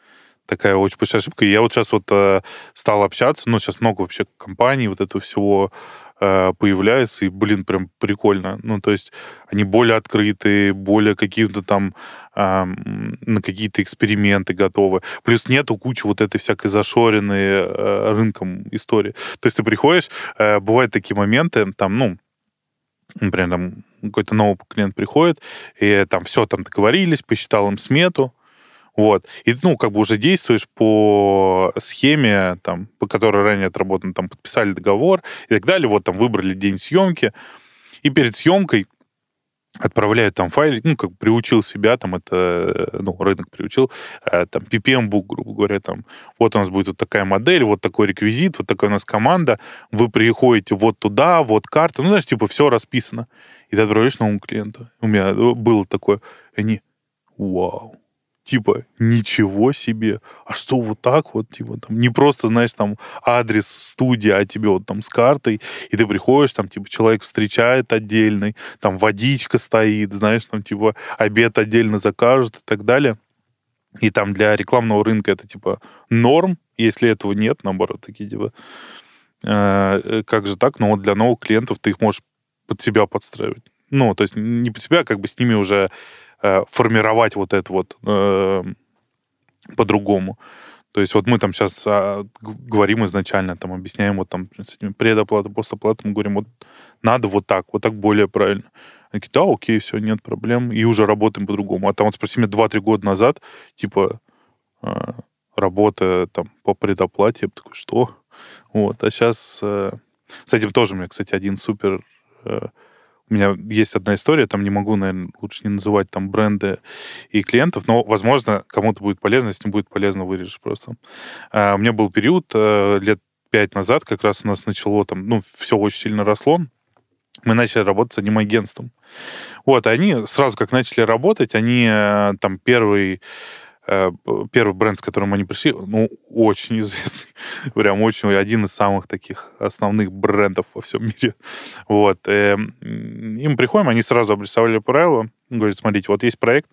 такая очень большая ошибка. И я вот сейчас вот э, стал общаться, ну, сейчас много вообще компаний вот этого всего э, появляется, и, блин, прям прикольно. Ну, то есть они более открытые, более какие-то там э, на какие-то эксперименты готовы. Плюс нету кучи вот этой всякой зашоренной э, рынком истории. То есть ты приходишь, э, бывают такие моменты, там, ну, например, там какой-то новый клиент приходит, и там все, там договорились, посчитал им смету, вот. И, ну, как бы уже действуешь по схеме, там, по которой ранее отработано, там, подписали договор и так далее, вот, там, выбрали день съемки, и перед съемкой отправляют там файлик, ну, как бы приучил себя, там, это, ну, рынок приучил, э, там, пи пи эм-бук, грубо говоря, там, вот у нас будет вот такая модель, вот такой реквизит, вот такая у нас команда, вы приходите вот туда, вот карта, ну, знаешь, типа, все расписано. И ты отправляешь новому клиенту. У меня было такое, и они, вау, типа, ничего себе, а что вот так вот, типа, там, не просто, знаешь, там, адрес студии, а тебе вот там с картой, и ты приходишь, там, типа, человек встречает отдельный, там, водичка стоит, знаешь, там, типа, обед отдельно закажут и так далее. И там для рекламного рынка это, типа, норм, если этого нет, наоборот, такие, типа, э, как же так, но вот для новых клиентов ты их можешь под себя подстраивать. Ну, то есть не под себя, а как бы с ними уже формировать вот это вот э, по-другому. То есть вот мы там сейчас а, говорим изначально, там объясняем вот там с этими предоплатой, постоплатой, мы говорим, вот надо вот так, вот так более правильно. Они такие, да, окей, все, нет проблем, и уже работаем по-другому. А там вот спроси меня два-три года назад, типа, э, работа там по предоплате, я бы такой, что? Вот, а сейчас э, с этим тоже у меня, кстати, один супер... Э, У меня есть одна история, там не могу, наверное, лучше не называть там бренды и клиентов, но, возможно, кому-то будет полезно, если не будет полезно, вырежешь просто. А, у меня был период а, лет пять назад, как раз у нас начало там, ну, все очень сильно росло, мы начали работать с одним агентством. Вот, они сразу как начали работать, они там первый Первый бренд, с которым они пришли, ну, очень известный. Прям очень, один из самых таких основных брендов во всем мире. Вот. И мы приходим, они сразу обрисовали правила. Говорят, смотрите, вот есть проект,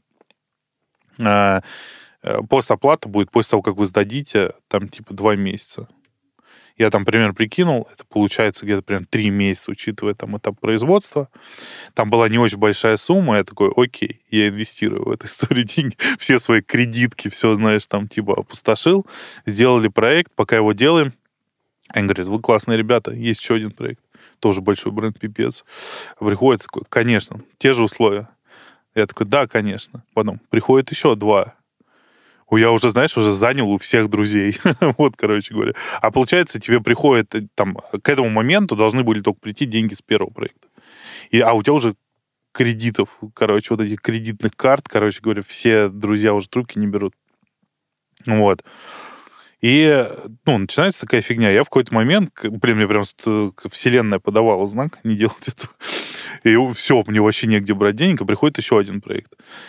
постоплата будет после того, как вы сдадите, там, типа, два месяца. Я там примерно прикинул, это получается где-то прям три месяца, учитывая там этап производства. Там была не очень большая сумма, я такой, окей, я инвестирую в эту историю деньги, все свои кредитки, все, знаешь, там типа опустошил, сделали проект, пока его делаем, они говорят, вы классные ребята, есть еще один проект, тоже большой бренд, пипец. Приходит такой, конечно, те же условия. Я такой, да, конечно. Потом приходит еще два. Я уже, знаешь, уже занял у всех друзей. Вот, короче говоря. А получается, тебе приходит там, к этому моменту должны были только прийти деньги с первого проекта. И, а у тебя уже кредитов, короче, вот этих кредитных карт, короче говоря, все друзья уже трубки не берут. Вот. И, ну, начинается такая фигня. Я в какой-то момент, блин, мне прям вселенная подавала знак не делать этого. И все, мне вообще негде брать денег, и приходит еще один проект.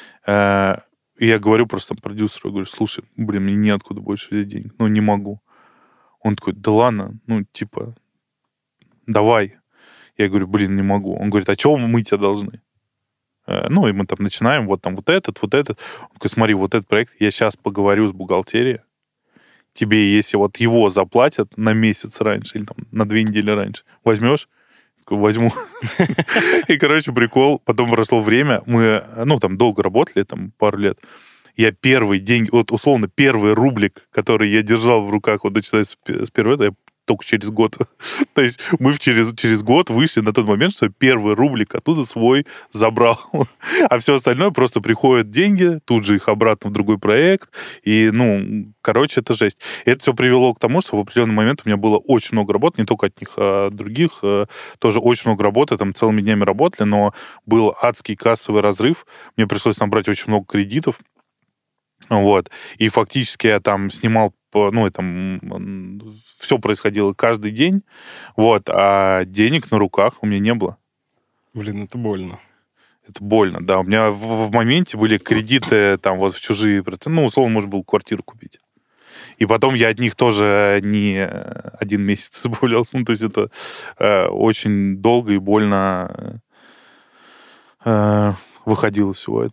И я говорю просто продюсеру, я говорю, слушай, блин, мне неоткуда больше взять денег, ну, не могу. Он такой, да ладно, ну, типа, давай. Я говорю, блин, не могу. Он говорит, а чего мы тебя должны? Ну, и мы там начинаем, вот там вот этот, вот этот. Он такой, смотри, вот этот проект, я сейчас поговорю с бухгалтерией, тебе, если вот его заплатят на месяц раньше или там на две недели раньше, возьмешь? Возьму. И, короче, прикол. Потом прошло время. Мы, ну, там, долго работали, там, пару лет. Я первый день, вот, условно, первый рублик, который я держал в руках, вот, начиная с первого, я только через год. То есть мы через, через год вышли на тот момент, что я первый рублик оттуда свой забрал. А все остальное просто приходят деньги, тут же их обратно в другой проект. И, ну, короче, это жесть. И это все привело к тому, что в определенный момент у меня было очень много работы, не только от них, а от других. Тоже очень много работы, там целыми днями работали, но был адский кассовый разрыв. Мне пришлось набрать очень много кредитов. Вот. И фактически я там снимал, ну, там все происходило каждый день, вот, а денег на руках у меня не было. Блин, это больно. Это больно, да. У меня в, в моменте были кредиты там вот в чужие проценты. Ну, условно, можно было квартиру купить. И потом я от них тоже не один месяц избавлялся. Ну, то есть это э, очень долго и больно э, выходило из всего этого.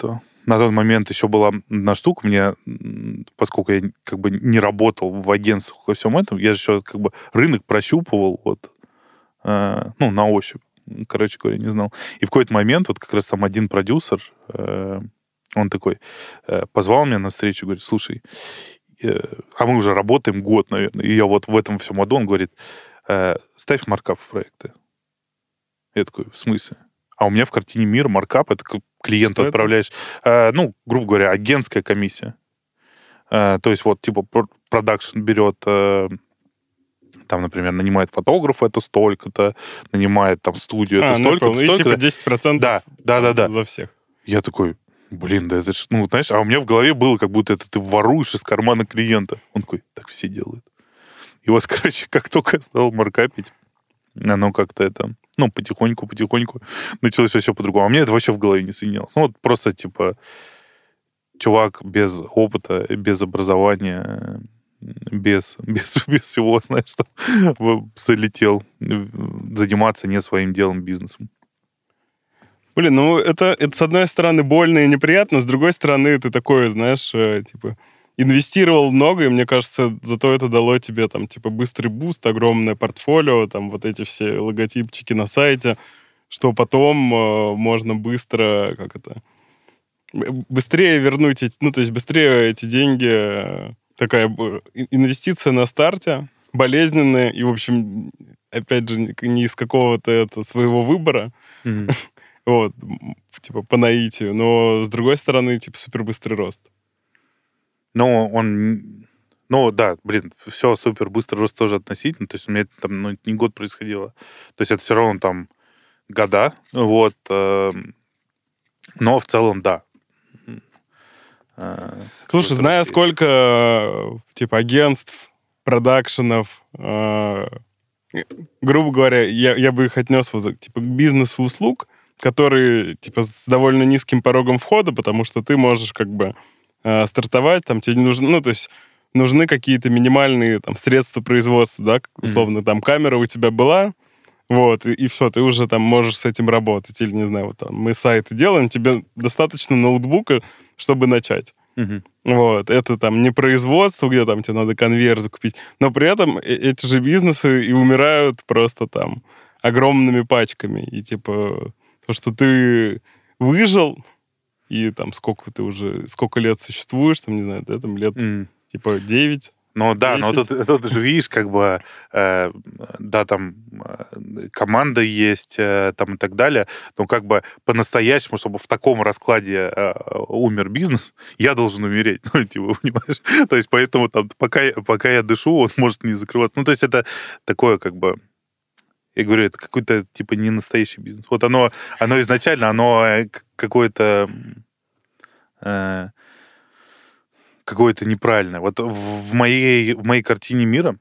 на тот момент еще была одна штука, мне, поскольку я как бы не работал в агентствах во всем этом, я же еще как бы рынок прощупывал, вот, э, ну, на ощупь, короче говоря, не знал. И в какой-то момент вот как раз там один продюсер, э, он такой э, позвал меня на встречу, говорит, слушай, э, а мы уже работаем год, наверное, и я вот в этом всем аду, он говорит, э, ставь маркап в проекты. Я такой, в смысле? А у меня в картине мира маркап, это к клиенту Что отправляешь, э, ну, грубо говоря, агентская комиссия. Э, то есть вот, типа, продакшн берет, э, там, например, нанимает фотографа, это столько-то, нанимает там студию, А, это ну, столько-то, и столько-то. типа десять процентов Да, да, да, да. за всех. Я такой, блин, да это ж, ну, знаешь, а у меня в голове было, как будто это ты воруешь из кармана клиента. Он такой, так все делают. И вот, короче, как только я стал маркапить, оно как-то это, ну, потихоньку-потихоньку началось все по-другому. А мне это вообще в голове не соединялось. Ну, вот просто, типа, чувак без опыта, без образования, без, без, без всего, знаешь, что залетел заниматься не своим делом, бизнесом. Блин, ну это, это, с одной стороны, больно и неприятно, с другой стороны, ты такой, знаешь, э, типа, инвестировал много, и мне кажется, зато это дало тебе, там, типа, быстрый буст, огромное портфолио, там, вот эти все логотипчики на сайте, что потом э, можно быстро, как это, быстрее вернуть, эти, ну, то есть быстрее эти деньги, э, такая инвестиция на старте, болезненная, и, в общем, опять же, не из какого-то это своего выбора, Mm-hmm. Вот, типа, по наитию. Но, с другой стороны, типа, супербыстрый рост. Ну, он... Ну, да, блин, все супер быстрый рост тоже относительно. То есть у меня это там, ну, не год происходило. То есть это все равно там года. Вот. Э, но в целом, да. Э, Слушай, зная, есть. сколько, типа, агентств, продакшенов, э, грубо говоря, я, я бы их отнес вот, типа, к бизнесу услуг, который, типа, с довольно низким порогом входа, потому что ты можешь, как бы, э, стартовать, там, тебе не нужно, ну, то есть нужны какие-то минимальные, там, средства производства, да, условно, mm-hmm. там, камера у тебя была, вот, и, и все, ты уже, там, можешь с этим работать, или, не знаю, вот, там, мы сайты делаем, тебе достаточно ноутбука, чтобы начать. Mm-hmm. Вот, это, там, не производство, где, там, тебе надо конвейер закупить, но при этом эти же бизнесы и умирают просто, там, огромными пачками, и, типа... То, что ты выжил, и там сколько ты уже, сколько лет существуешь, там, не знаю, да, там лет, mm. типа, девять. Ну да, но тут, тут же видишь, как бы, э, да, там э, команда есть, э, там и так далее, но как бы по-настоящему, чтобы в таком раскладе э, умер бизнес, я должен умереть, ну, типа, понимаешь? То есть поэтому там, пока, пока я дышу, он может не закрываться. Ну, то есть это такое, как бы, я говорю, это какой-то, типа, не настоящий бизнес. Вот оно, оно изначально, оно какое-то... Э, какое-то неправильное. Вот в моей, в моей картине мира,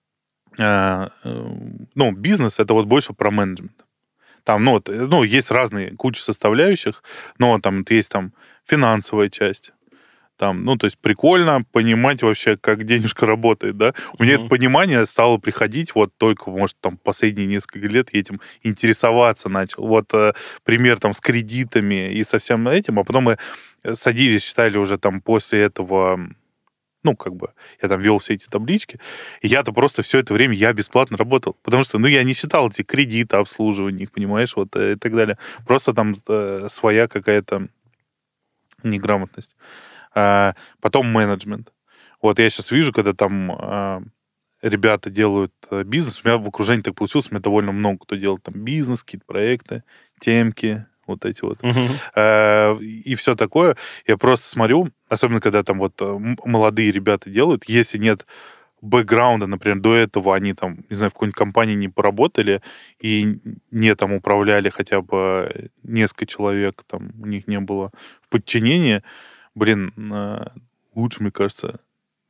э, э, ну, бизнес — это вот больше про менеджмент. Там, ну, вот, ну, есть разные, куча составляющих, но там есть там финансовая часть, там, ну, то есть прикольно понимать вообще, как денежка работает, да. У меня mm-hmm. это понимание стало приходить вот только, может, там, последние несколько лет я этим интересоваться начал. Вот э, пример там с кредитами и со всем этим, а потом мы садились, читали уже там после этого, ну, как бы, я там вел все эти таблички, и я-то просто все это время, я бесплатно работал, потому что, ну, я не считал эти кредиты, обслуживания, понимаешь, вот, и так далее. Просто там э, своя какая-то неграмотность. А потом менеджмент. Вот я сейчас вижу, когда там а, ребята делают а, бизнес, у меня в окружении так получилось, у меня довольно много кто делает там бизнес, какие-то проекты, темки, вот эти вот. Uh-huh. А, и все такое. Я просто смотрю, особенно когда там вот молодые ребята делают, если нет бэкграунда, например, до этого они там, не знаю, в какой-нибудь компании не поработали и не там управляли хотя бы несколько человек, там у них не было в подчинении, блин, лучше, мне кажется,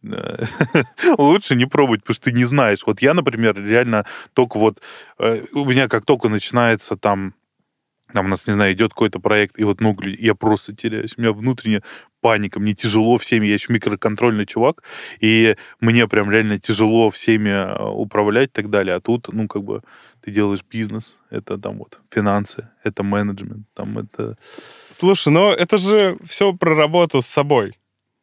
лучше не пробовать, потому что ты не знаешь. Вот я, например, реально только вот... У меня как только начинается там... Там у нас, не знаю, идет какой-то проект, и вот, ну, я просто теряюсь. У меня внутренне паника, мне тяжело всеми, я еще микроконтрольный чувак, и мне прям реально тяжело всеми управлять и так далее. А тут, ну, как бы, ты делаешь бизнес, это там вот финансы, это менеджмент, там это... Слушай, ну это же все про работу с собой.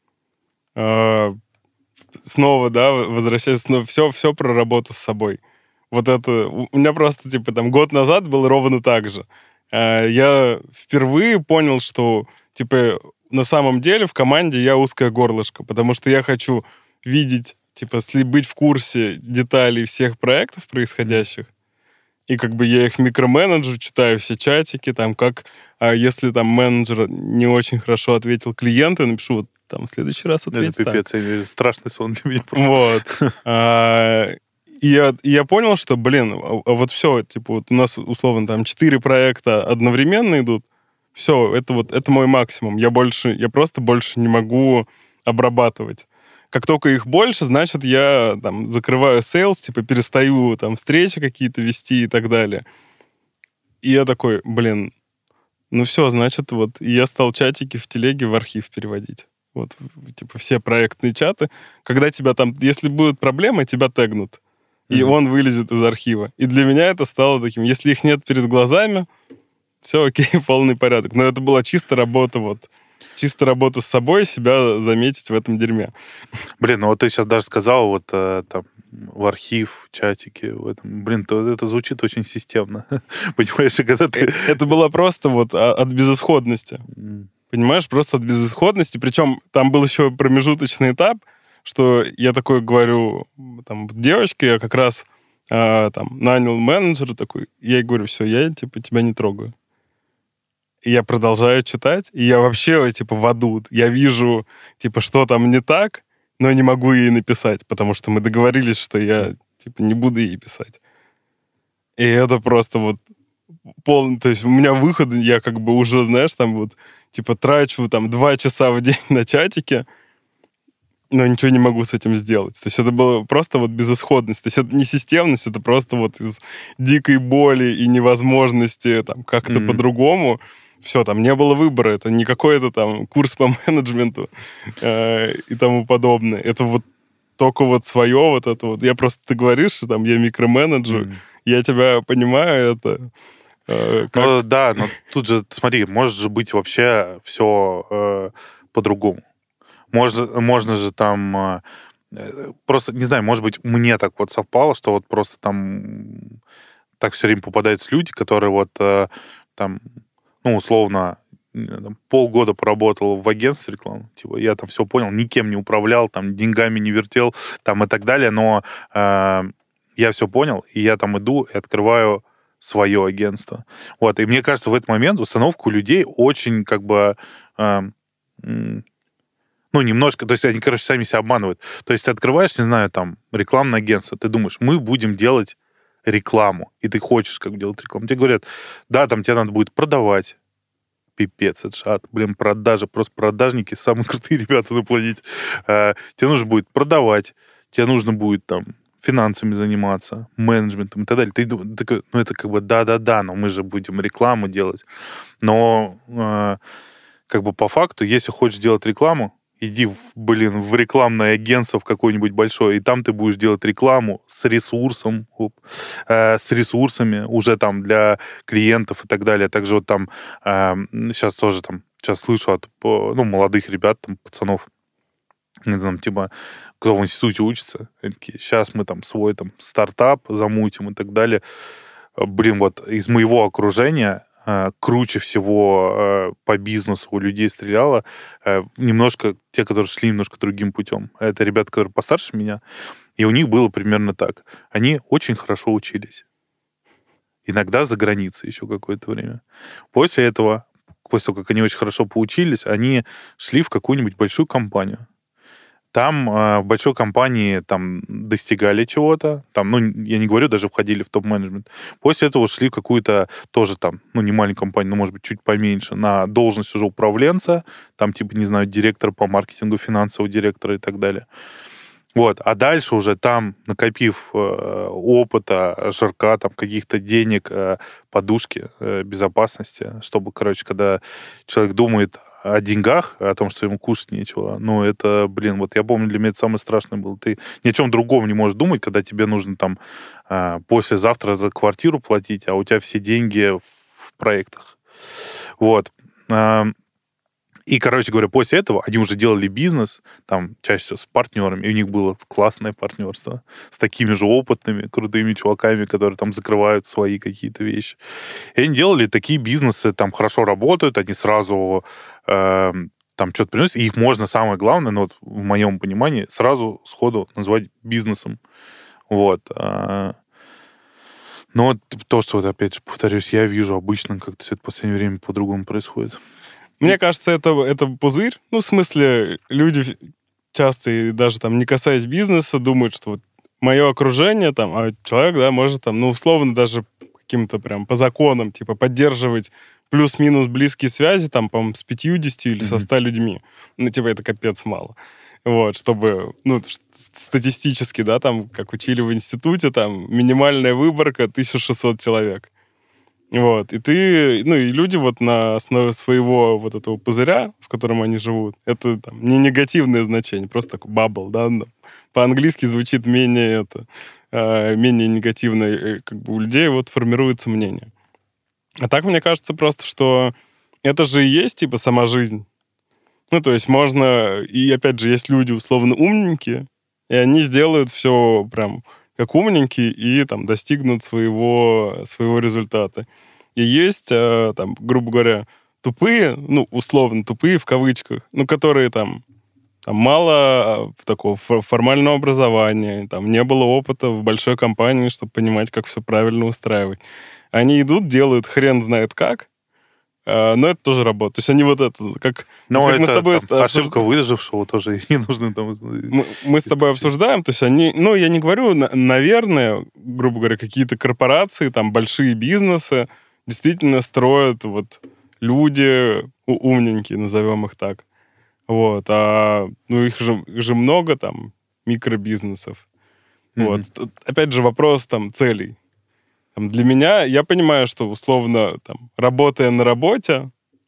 А, снова, да, возвращаясь, снова, все, все про работу с собой. Вот это... У меня просто, типа, там, год назад было ровно так же. А, я впервые понял, что, типа, на самом деле в команде я узкое горлышко, потому что я хочу видеть, типа, быть в курсе деталей всех проектов происходящих, и как бы я их микроменеджу, читаю все чатики, там, как, а если там менеджер не очень хорошо ответил клиенту, я напишу, вот, там, в следующий раз ответь Это пипец, так. страшный сон для меня просто. Вот. А, и, я, и я понял, что, блин, а, а вот все, типа, вот у нас, условно, там, четыре проекта одновременно идут, все, это вот, это мой максимум. Я больше, я просто больше не могу обрабатывать. Как только их больше, значит, я там закрываю сейлс, типа перестаю там встречи какие-то вести и так далее. И я такой, блин, ну все, значит, вот, и я стал чатики в телеге в архив переводить. Вот, типа, все проектные чаты. Когда тебя там, если будут проблемы, тебя тегнут. И mm-hmm. он вылезет из архива. И для меня это стало таким, если их нет перед глазами, все окей, полный порядок. Но это была чисто работа вот, чисто работа с собой, себя заметить в этом дерьме. Блин, ну вот ты сейчас даже сказал, вот там в архив, чатики, в этом. Блин, то это звучит очень системно. Понимаешь, когда ты... Это было просто вот от безысходности. Mm. Понимаешь, просто от безысходности. Причем там был еще промежуточный этап, что я такой говорю, там, девочке, я как раз а, там нанял менеджера такой, я ей говорю, все, я, типа, тебя не трогаю. И я продолжаю читать, и я вообще, типа, в аду. Я вижу, типа, что там не так, но не могу ей написать, потому что мы договорились, что я, типа, не буду ей писать. И это просто вот полный... То есть у меня выход, я как бы уже, знаешь, там вот, типа, трачу там два часа в день на чатике, но ничего не могу с этим сделать. То есть это было просто вот безысходность. То есть это не системность, это просто вот из дикой боли и невозможности там как-то mm-hmm. по-другому. Все, там не было выбора. Это не какой-то там курс по менеджменту э, и тому подобное. Это вот только вот свое вот это вот. Я просто, ты говоришь, что там я микроменеджер, mm-hmm. я тебя понимаю, это... Э, как... Ну, да, но тут же, смотри, может же быть вообще все э, по-другому. Можно, можно же там... Э, просто, не знаю, может быть, мне так вот совпало, что вот просто там так все время попадаются люди, которые вот э, там, ну, условно, там, полгода поработал в агентстве рекламы, типа, я там все понял, никем не управлял, там, деньгами не вертел, там, и так далее, но э, я все понял, и я там иду и открываю свое агентство. Вот, и мне кажется, в этот момент установка у людей очень, как бы, э, ну, немножко, то есть они, короче, сами себя обманывают. То есть ты открываешь, не знаю, там, рекламное агентство, ты думаешь, мы будем делать рекламу, и ты хочешь как делать рекламу. Тебе говорят, да, там тебе надо будет продавать. Пипец, это шат. Блин, продажи, просто продажники, самые крутые ребята на планете. А, тебе нужно будет продавать, тебе нужно будет там финансами заниматься, менеджментом и так далее. Ты такой, ну, это как бы да-да-да, но мы же будем рекламу делать. Но а, как бы по факту, если хочешь делать рекламу, иди, в, блин, в рекламное агентство в какое-нибудь большое, и там ты будешь делать рекламу с ресурсом, оп, э, с ресурсами уже там для клиентов и так далее. Также вот там э, сейчас тоже там, сейчас слышу от, ну, молодых ребят, там, пацанов, там, типа, кто в институте учится, они такие, сейчас мы там свой там стартап замутим и так далее. Блин, вот из моего окружения круче всего по бизнесу у людей стреляло немножко те, которые шли немножко другим путем. Это ребята, которые постарше меня, и у них было примерно так. Они очень хорошо учились. Иногда за границей еще какое-то время. После этого, после того, как они очень хорошо поучились, они шли в какую-нибудь большую компанию. Там э, в большой компании там достигали чего-то, там, ну, я не говорю, даже входили в топ-менеджмент. После этого шли в какую-то тоже там, ну, не маленькую компанию, но, может быть, чуть поменьше, на должность уже управленца, там, типа, не знаю, директора по маркетингу, финансового директора и так далее. Вот. А дальше уже там, накопив э, опыта, жирка, там, каких-то денег, э, подушки э, безопасности, чтобы, короче, когда человек думает о деньгах, о том, что ему кушать нечего, ну, это, блин, вот я помню, для меня это самое страшное было. Ты ни о чем другом не можешь думать, когда тебе нужно там э, послезавтра за квартиру платить, а у тебя все деньги в, в проектах. Вот. Э, И, короче говоря, после этого они уже делали бизнес, там, чаще всего с партнерами, и у них было классное партнерство с такими же опытными, крутыми чуваками, которые там закрывают свои какие-то вещи. И они делали такие бизнесы, там, хорошо работают, они сразу э, там что-то приносят, и их можно, самое главное, ну, вот, в моем понимании, сразу сходу назвать бизнесом. Вот. Но вот то, что, вот, опять же, повторюсь, я вижу обычно, как-то все это в последнее время по-другому происходит. Мне кажется, это, это пузырь. Ну, в смысле, люди часто, и даже там не касаясь бизнеса, думают, что вот мое окружение, там, а человек, да, может там, ну, условно, даже каким-то прям по законам, типа, поддерживать плюс-минус близкие связи, там, по-моему, с пятьюдесятью или со ста людьми. Ну, типа, это капец мало. Вот, чтобы, ну, статистически, да, там, как учили в институте, там, минимальная выборка тысяча шестьсот человек. Вот, и ты, ну, и люди вот на основе своего вот этого пузыря, в котором они живут, это там не негативное значение, просто такой бабл, да, по-английски звучит менее это, менее негативно, как бы у людей вот формируется мнение. А так, мне кажется, просто, что это же и есть, типа, сама жизнь. Ну, то есть можно, и опять же, есть люди условно умненькие, и они сделают все прям как умненькие и там достигнут своего, своего результата. И есть, там, грубо говоря, тупые, ну, условно тупые в кавычках, ну, которые там, там мало такого формального образования, там не было опыта в большой компании, чтобы понимать, как все правильно устраивать. Они идут, делают хрен знает как, но это тоже работает. То есть они вот это, как, Но как это мы с тобой... там, ошибка выжившего тоже не нужно там... Мы, мы с тобой обсуждаем, то есть они... Ну, я не говорю, наверное, грубо говоря, какие-то корпорации, там, большие бизнесы действительно строят вот люди умненькие, назовем их так. Вот. А, ну, их же, их же много, там, микробизнесов. Mm-hmm. Вот. Тут, опять же, вопрос, там, целей. Там, для меня, я понимаю, что, условно, там, работая на работе,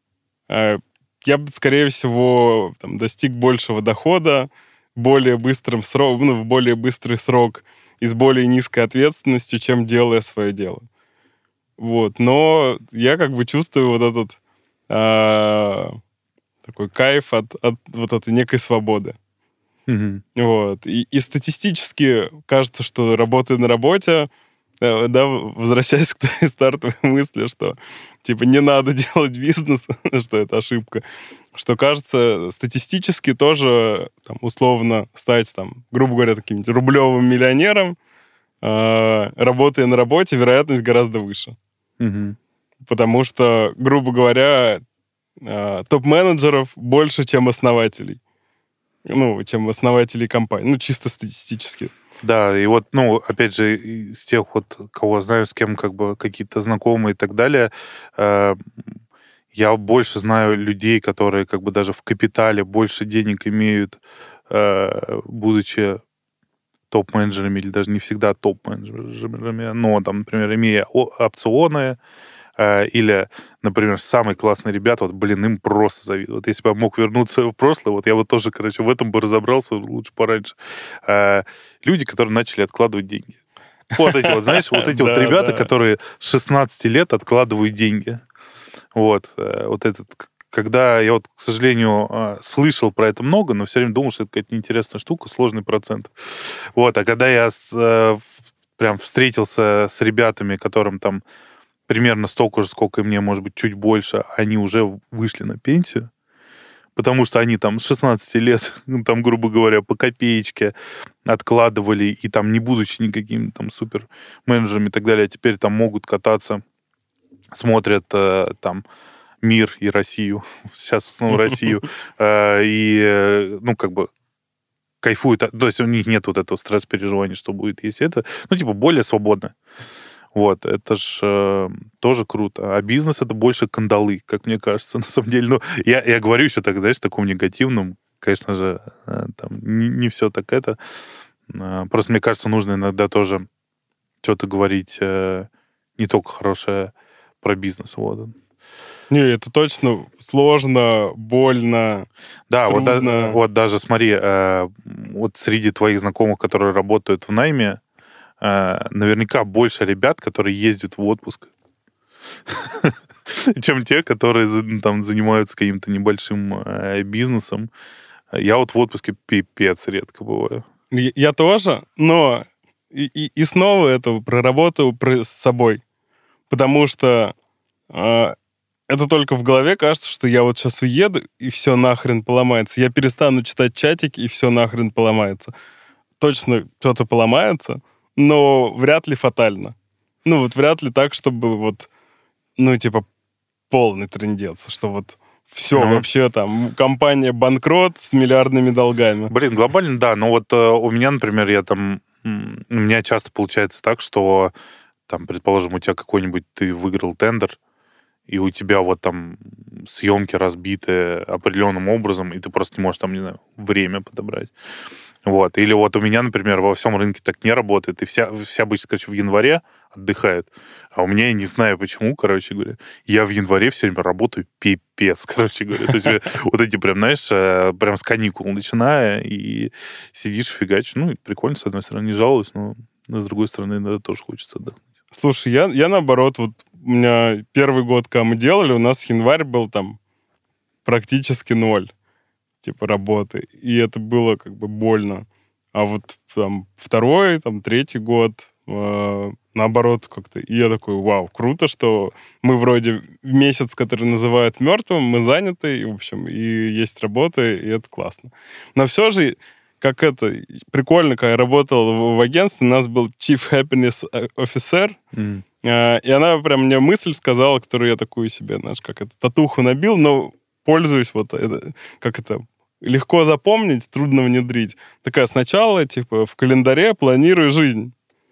э, я бы, скорее всего, там, достиг большего дохода более быстрым срок, ну, в более быстрый срок и с более низкой ответственностью, чем делая свое дело. Вот. Но я как бы чувствую вот этот э, такой кайф от, от вот этой некой свободы. Mm-hmm. Вот. И, и статистически кажется, что работая на работе, да, возвращаясь к той стартовой мысли, что, типа, не надо делать бизнес, что это ошибка, что, кажется, статистически тоже, там, условно, стать, там, грубо говоря, каким-нибудь рублевым миллионером, э, работая на работе, вероятность гораздо выше. Угу. Потому что, грубо говоря, э, топ-менеджеров больше, чем основателей. Ну, чем основателей компаний. Ну, чисто статистически. Да, и вот, ну, опять же, из тех вот, кого знаю, с кем как бы какие-то знакомые и так далее, э, я больше знаю людей, которые как бы даже в капитале больше денег имеют, э, будучи топ-менеджерами, или даже не всегда топ-менеджерами, но, там, например, имея опционы, или, например, самые классные ребята, вот, блин, им просто завидую. Вот если бы я мог вернуться в прошлое, вот я вот тоже, короче, в этом бы разобрался лучше пораньше. Люди, которые начали откладывать деньги. Вот эти вот, знаешь, вот эти вот ребята, которые с шестнадцати лет откладывают деньги. Вот. Вот этот... Когда я вот, к сожалению, слышал про это много, но все время думал, что это какая-то неинтересная штука, сложный процент. Вот. А когда я прям встретился с ребятами, которым там примерно столько же, сколько и мне, может быть, чуть больше, они уже вышли на пенсию, потому что они там с шестнадцати лет, там, грубо говоря, по копеечке откладывали, и там, не будучи никакими там супер-менеджерами и так далее, теперь там могут кататься, смотрят там мир и Россию, сейчас в основном Россию, и, ну, как бы, кайфуют, то есть у них нет вот этого стресс-переживания, что будет, если это, ну, типа, более свободно. Вот, это ж э, тоже круто. А бизнес — это больше кандалы, как мне кажется, на самом деле. Ну, я, я говорю еще так, знаешь, в таком негативном. Конечно же, э, там не, не все так это. Э, просто мне кажется, нужно иногда тоже что-то говорить э, не только хорошее про бизнес. Вот. Не, это точно сложно, больно, Да, вот, трудно. да- вот даже смотри, э, вот среди твоих знакомых, которые работают в найме, э, наверняка больше ребят, которые ездят в отпуск, чем те, которые за- ну, там занимаются каким-то небольшим э, бизнесом. Я вот в отпуске пипец редко бываю. Я я тоже, но и, и- и снова это проработаю про- с собой. Потому что а, это только в голове кажется, что я вот сейчас уеду, и все нахрен поломается. Я перестану читать чатики, и все нахрен поломается. Точно что-то поломается, но вряд ли фатально. Ну, вот вряд ли так, чтобы вот, ну, типа, полный трындец, что вот все Ну. вообще там, компания банкрот с миллиардными долгами. Блин, глобально, да. Но вот э, у меня, например, я там... м, У меня часто получается так, что там, предположим, у тебя какой-нибудь... Ты выиграл тендер, и у тебя вот там съемки разбиты определенным образом, и ты просто не можешь там, не знаю, время подобрать. Вот. Или вот у меня, например, во всем рынке так не работает, и вся, все обычно, короче, в январе отдыхают. А у меня, я не знаю почему, короче говоря, я в январе все время работаю пипец, короче говоря. То есть э, вот эти прям, знаешь, э, прям с каникул начиная, и сидишь, фигачишь. Ну, и прикольно, с одной стороны, не жалуюсь, но с другой стороны, иногда тоже хочется отдохнуть. Слушай, я, я наоборот, вот у меня первый год, когда мы делали, у нас январь был там практически ноль, типа, работы. И это было как бы больно. А вот там второй, там третий год, э, наоборот, как-то. И я такой, вау, круто, что мы вроде в месяц, который называют мертвым, мы заняты, и, в общем, и есть работа, и это классно. Но все же, как это, прикольно, когда я работал в, в агентстве, у нас был Chief Happiness Officer, М. а, и она прям мне мысль сказала, которую я такую себе, знаешь, как это, татуху набил, но пользуюсь вот, это, как это, легко запомнить, трудно внедрить. Такая сначала, типа, в календаре планируй жизнь.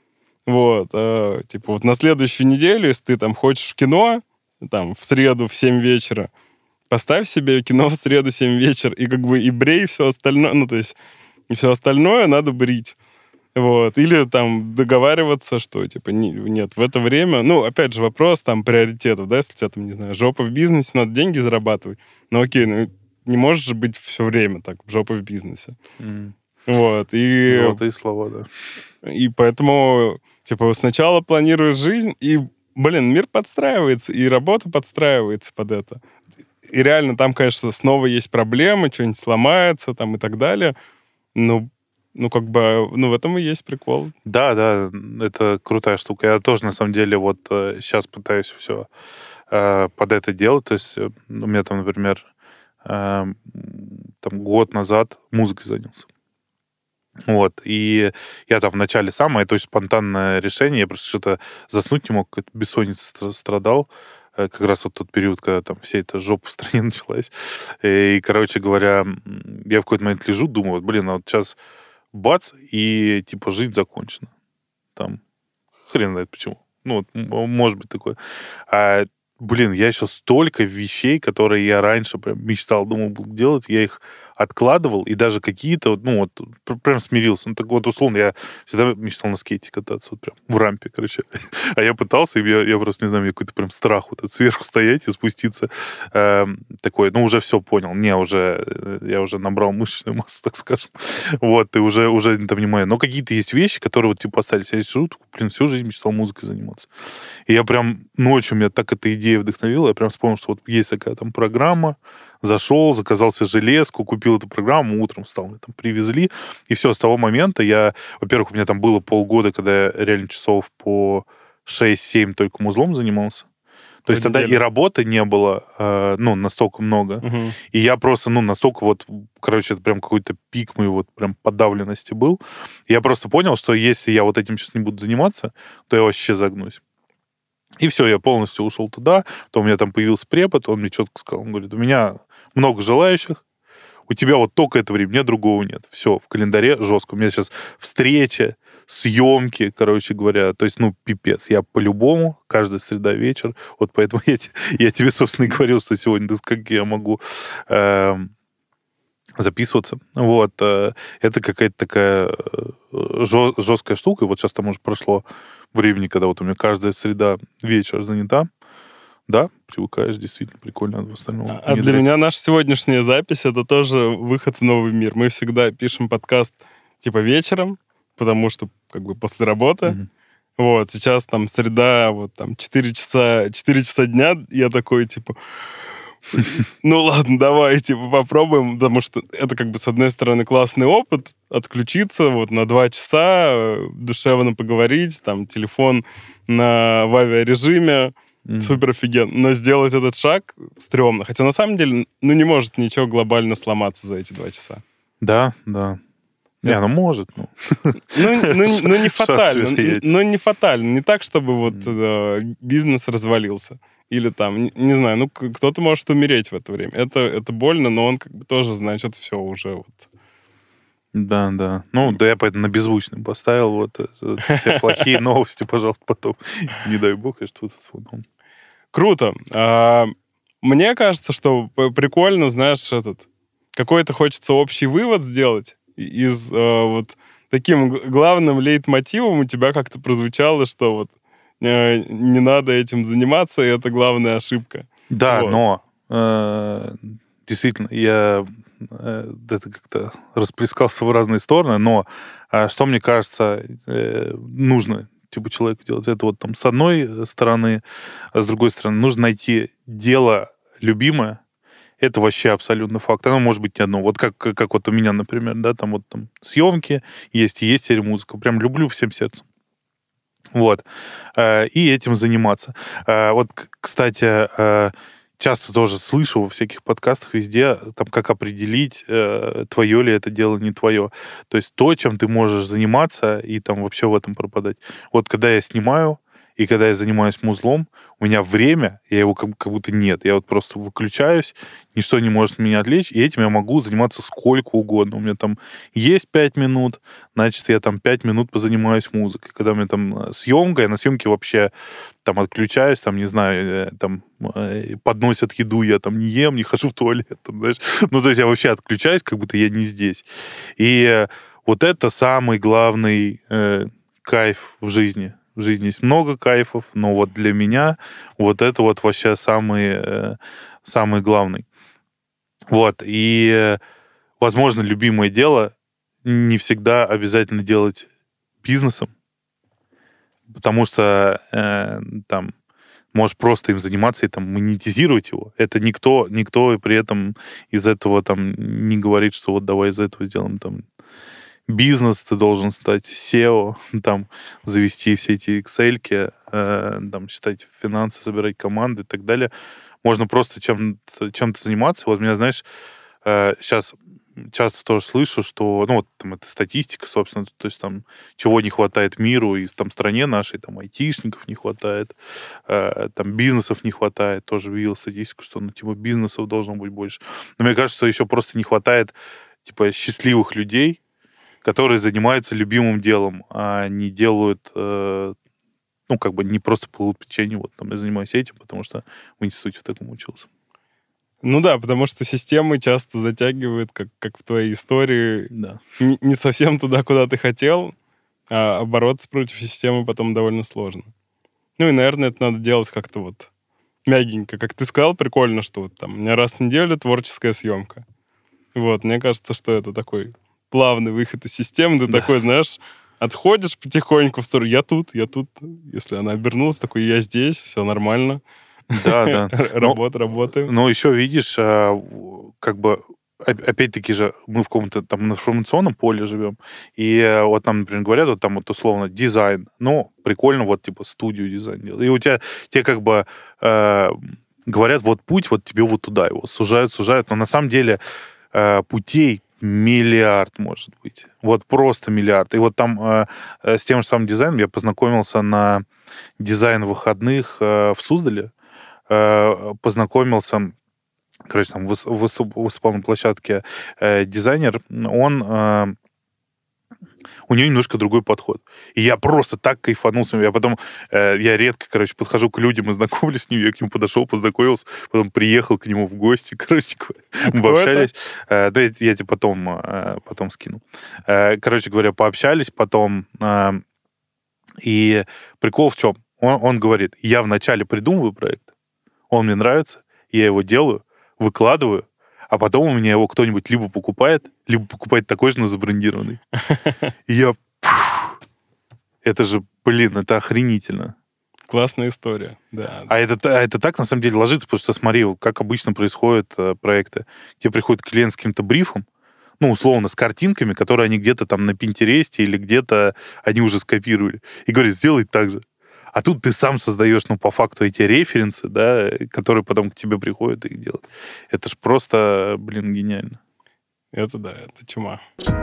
Вот, а, типа, вот на следующую неделю, если ты там хочешь в кино, там, в среду в семь вечера, поставь себе кино в среду в семь вечера, и как бы и брей все остальное, ну, то есть, и все остальное надо брить. Вот. Или там договариваться, что, типа, не, нет, в это время... Ну, опять же, вопрос там приоритетов, да, если у тебя там, не знаю, жопа в бизнесе, надо деньги зарабатывать. Ну, окей, ну, не можешь же быть все время так, жопа в бизнесе. М. Вот. И, Золотые слова, да. и поэтому, типа, сначала планируешь жизнь, и, блин, мир подстраивается, и работа подстраивается под это. И реально там, конечно, снова есть проблемы, что-нибудь сломается там и так далее. Но ну, как бы, ну, в этом и есть прикол. Да, да, это крутая штука. Я тоже, на самом деле, вот сейчас пытаюсь все под это делать. То есть э, у меня там, например, э, там год назад музыкой занялся. Вот, и я там вначале сам, а это очень спонтанное решение, я просто что-то заснуть не мог, какой-то бессонница стра- страдал, э, как раз вот тот период, когда там вся эта жопа в стране началась. И, короче говоря, м, я в какой-то момент лежу, думаю, вот, блин, а вот сейчас бац, и типа жизнь закончена. Там хрен знает почему. Ну, вот, м- может быть такое. А, блин, я еще столько вещей, которые я раньше прям мечтал, думал, буду делать, я их откладывал, и даже какие-то, вот, ну, вот, пр- прям смирился. Ну, так вот, условно, я всегда мечтал на скейте кататься, вот прям в рампе, короче. А я пытался, и я, я просто, не знаю, мне какой-то прям страх вот этот сверху стоять и спуститься. Эм, такой, ну, уже все понял. Не, уже, э, я уже набрал мышечную массу, так скажем. Вот, и уже, уже не понимаю. Но какие-то есть вещи, которые вот, типа, остались. Я сижу, такой, блин, всю жизнь мечтал музыкой заниматься. И я прям ночью, меня так эта идея вдохновила, я прям вспомнил, что вот есть такая там программа, зашел, заказал себе железку, купил эту программу, утром встал, мне там привезли, и все, с того момента я, во-первых, у меня там было полгода, когда я реально часов по шесть-семь только музлом занимался. То есть тогда и работы не было, э, ну, настолько много. Угу. И я просто, ну, настолько вот, короче, это прям какой-то пик моей вот прям подавленности был. И я просто понял, что если я вот этим сейчас не буду заниматься, то я вообще загнусь. И все, я полностью ушел туда. Потом у меня там появился препод, он мне четко сказал, он говорит, у меня много желающих, у тебя вот только это время, у меня другого нет. Все, в календаре жестко. У меня сейчас встреча, съемки, короче говоря. То есть, ну, пипец. Я по-любому, каждая среда вечер. Вот поэтому я, те- я тебе, собственно, и говорил, что сегодня до скольки я могу эм, записываться. Вот. э, Это какая-то такая э, жё- жесткая штука. И вот сейчас там уже прошло времени, когда вот у меня каждая среда вечер занята. Да, привыкаешь, действительно прикольно в остальном. А, а для меня наша сегодняшняя запись — это тоже выход в новый мир. Мы всегда пишем подкаст типа вечером, потому что как бы после работы. Mm-hmm. Вот, сейчас там среда, вот там четыре часа, четыре часа дня, я такой, типа, ну ладно, давай, типа, попробуем, потому что это как бы, с одной стороны, классный опыт, отключиться вот на два часа, душевно поговорить, там, телефон на в авиарежиме, mm-hmm. супер офигенно. Но сделать этот шаг стрёмно. Хотя, на самом деле, ну, не может ничего глобально сломаться за эти два часа. Да, да. Не, ну может, ну. Ну, ну, ну не фатально. Ну, ну, не фатально. Не так, чтобы вот э, бизнес развалился. Или там, не, не знаю, ну, кто-то может умереть в это время. Это, это больно, но он как бы тоже, значит, все уже вот. Да, да. Ну, да я поэтому на беззвучный поставил вот все плохие новости, пожалуйста, потом. Не дай бог, и что тут. Круто. А, мне кажется, что прикольно, знаешь, этот... Какой-то хочется общий вывод сделать из э, вот таким главным лейтмотивом у тебя как-то прозвучало, что вот э, не надо этим заниматься, и это главная ошибка. Да, вот. но э, действительно, я э, это как-то расплескался в разные стороны, но э, что мне кажется э, нужно типа человеку делать, это вот там с одной стороны, а с другой стороны нужно найти дело любимое. Это вообще абсолютно факт. Оно может быть не одно. Вот как, как вот у меня, например, да, там вот там съемки есть, и есть теперь музыка. Прям люблю всем сердцем. Вот. И этим заниматься. Вот, кстати, часто тоже слышу во всяких подкастах везде, там, как определить, твое ли это дело, не твое. То есть то, чем ты можешь заниматься, и там вообще в этом пропадать. Вот когда я снимаю, и когда я занимаюсь музлом, у меня время, я его как, как будто нет. Я вот просто выключаюсь, ничто не может меня отвлечь, и этим я могу заниматься сколько угодно. У меня там есть пять минут, значит, я там пять минут позанимаюсь музыкой. Когда у меня там съемка, я на съемке вообще там отключаюсь, там, не знаю, там подносят еду, я там не ем, не хожу в туалет, там, знаешь. Ну, то есть я вообще отключаюсь, как будто я не здесь. И вот это самый главный э, кайф в жизни. В жизни есть много кайфов, но вот для меня вот это вот вообще самый, э, самый главный. Вот. И, возможно, любимое дело не всегда обязательно делать бизнесом, потому что э, там можешь просто им заниматься и там монетизировать его. Это никто, никто при этом из этого там не говорит, что вот давай из этого сделаем там бизнес, ты должен стать сео, там, завести все эти Excel-ки, э, там, считать финансы, собирать команды и так далее. Можно просто чем-то, чем-то заниматься. Вот меня, знаешь, э, сейчас часто тоже слышу, что, ну, вот там это статистика, собственно, то есть там чего не хватает миру и там стране нашей, там айтишников не хватает, э, там бизнесов не хватает, тоже видел статистику, что, ну, типа бизнесов должно быть больше. Но мне кажется, что еще просто не хватает, типа, счастливых людей, которые занимаются любимым делом, а не делают, э, ну, как бы не просто плывут по течению, вот там я занимаюсь этим, потому что в институте в таком учился. Ну да, потому что системы часто затягивают, как, как в твоей истории, да. не, не совсем туда, куда ты хотел, а бороться против системы потом довольно сложно. Ну и, наверное, это надо делать как-то вот мягенько. Как ты сказал, прикольно, что вот там у меня раз в неделю творческая съемка. Вот, мне кажется, что это такой плавный выход из системы. Ты да. такой, знаешь, отходишь потихоньку в сторону. Я тут, я тут. Если она обернулась, такой, я здесь, все нормально. Да, да. Работа, работаем. Но еще видишь, как бы, опять-таки же, мы в каком-то там информационном поле живем, и вот нам, например, говорят, вот там вот условно дизайн. Ну, прикольно, вот типа студию дизайн делать. И у тебя, тебе как бы э, говорят, вот путь, вот тебе вот туда его сужают, сужают. Но на самом деле э, путей миллиард, может быть. Вот просто миллиард. И вот там э, с тем же самым дизайном я познакомился на дизайн выходных э, в Суздале. Э, познакомился, короче, там выступал на площадке э, дизайнер. Он... Э, у нее немножко другой подход. И я просто так кайфанул с ним. Я потом, э, я редко, короче, подхожу к людям и знакомлюсь с ним. Я к нему подошел, познакомился, потом приехал к нему в гости, короче, а мы пообщались. Э, да, я тебе потом, э, потом скину. Э, короче говоря, пообщались потом. Э, и прикол в чем? Он, он говорит, я вначале придумываю проект, он мне нравится, я его делаю, выкладываю, а потом у меня его кто-нибудь либо покупает, либо покупает такой же, но забрендированный. И я... Это же, блин, это охренительно. Классная история, да. А это, а это так, на самом деле, ложится, потому что, смотри, как обычно происходят э, проекты. Тебе приходит клиент с каким-то брифом, ну, условно, с картинками, которые они где-то там на Пинтересте или где-то они уже скопировали, и говорит, сделай так же. А тут ты сам создаешь, ну, по факту, эти референсы, да, которые потом к тебе приходят и их делают. Это ж просто, блин, гениально. Это да, это чума.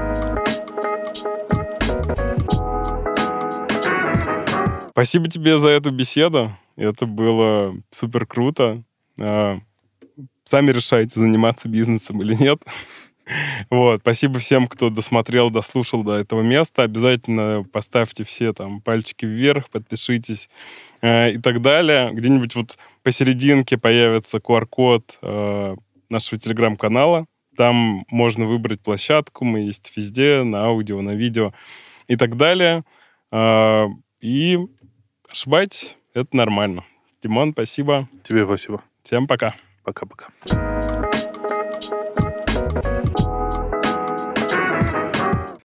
Спасибо тебе за эту беседу. Это было супер круто. Сами решайте, заниматься бизнесом или нет. Вот. Спасибо всем, кто досмотрел, дослушал до этого места. Обязательно поставьте все там пальчики вверх, подпишитесь э, и так далее. Где-нибудь вот посерединке появится ку ар-код э, нашего телеграм-канала. Там можно выбрать площадку. Мы есть везде, на аудио, на видео и так далее. Э, и ошибайтесь, это нормально. Димон, спасибо. Тебе спасибо. Всем пока. Пока-пока.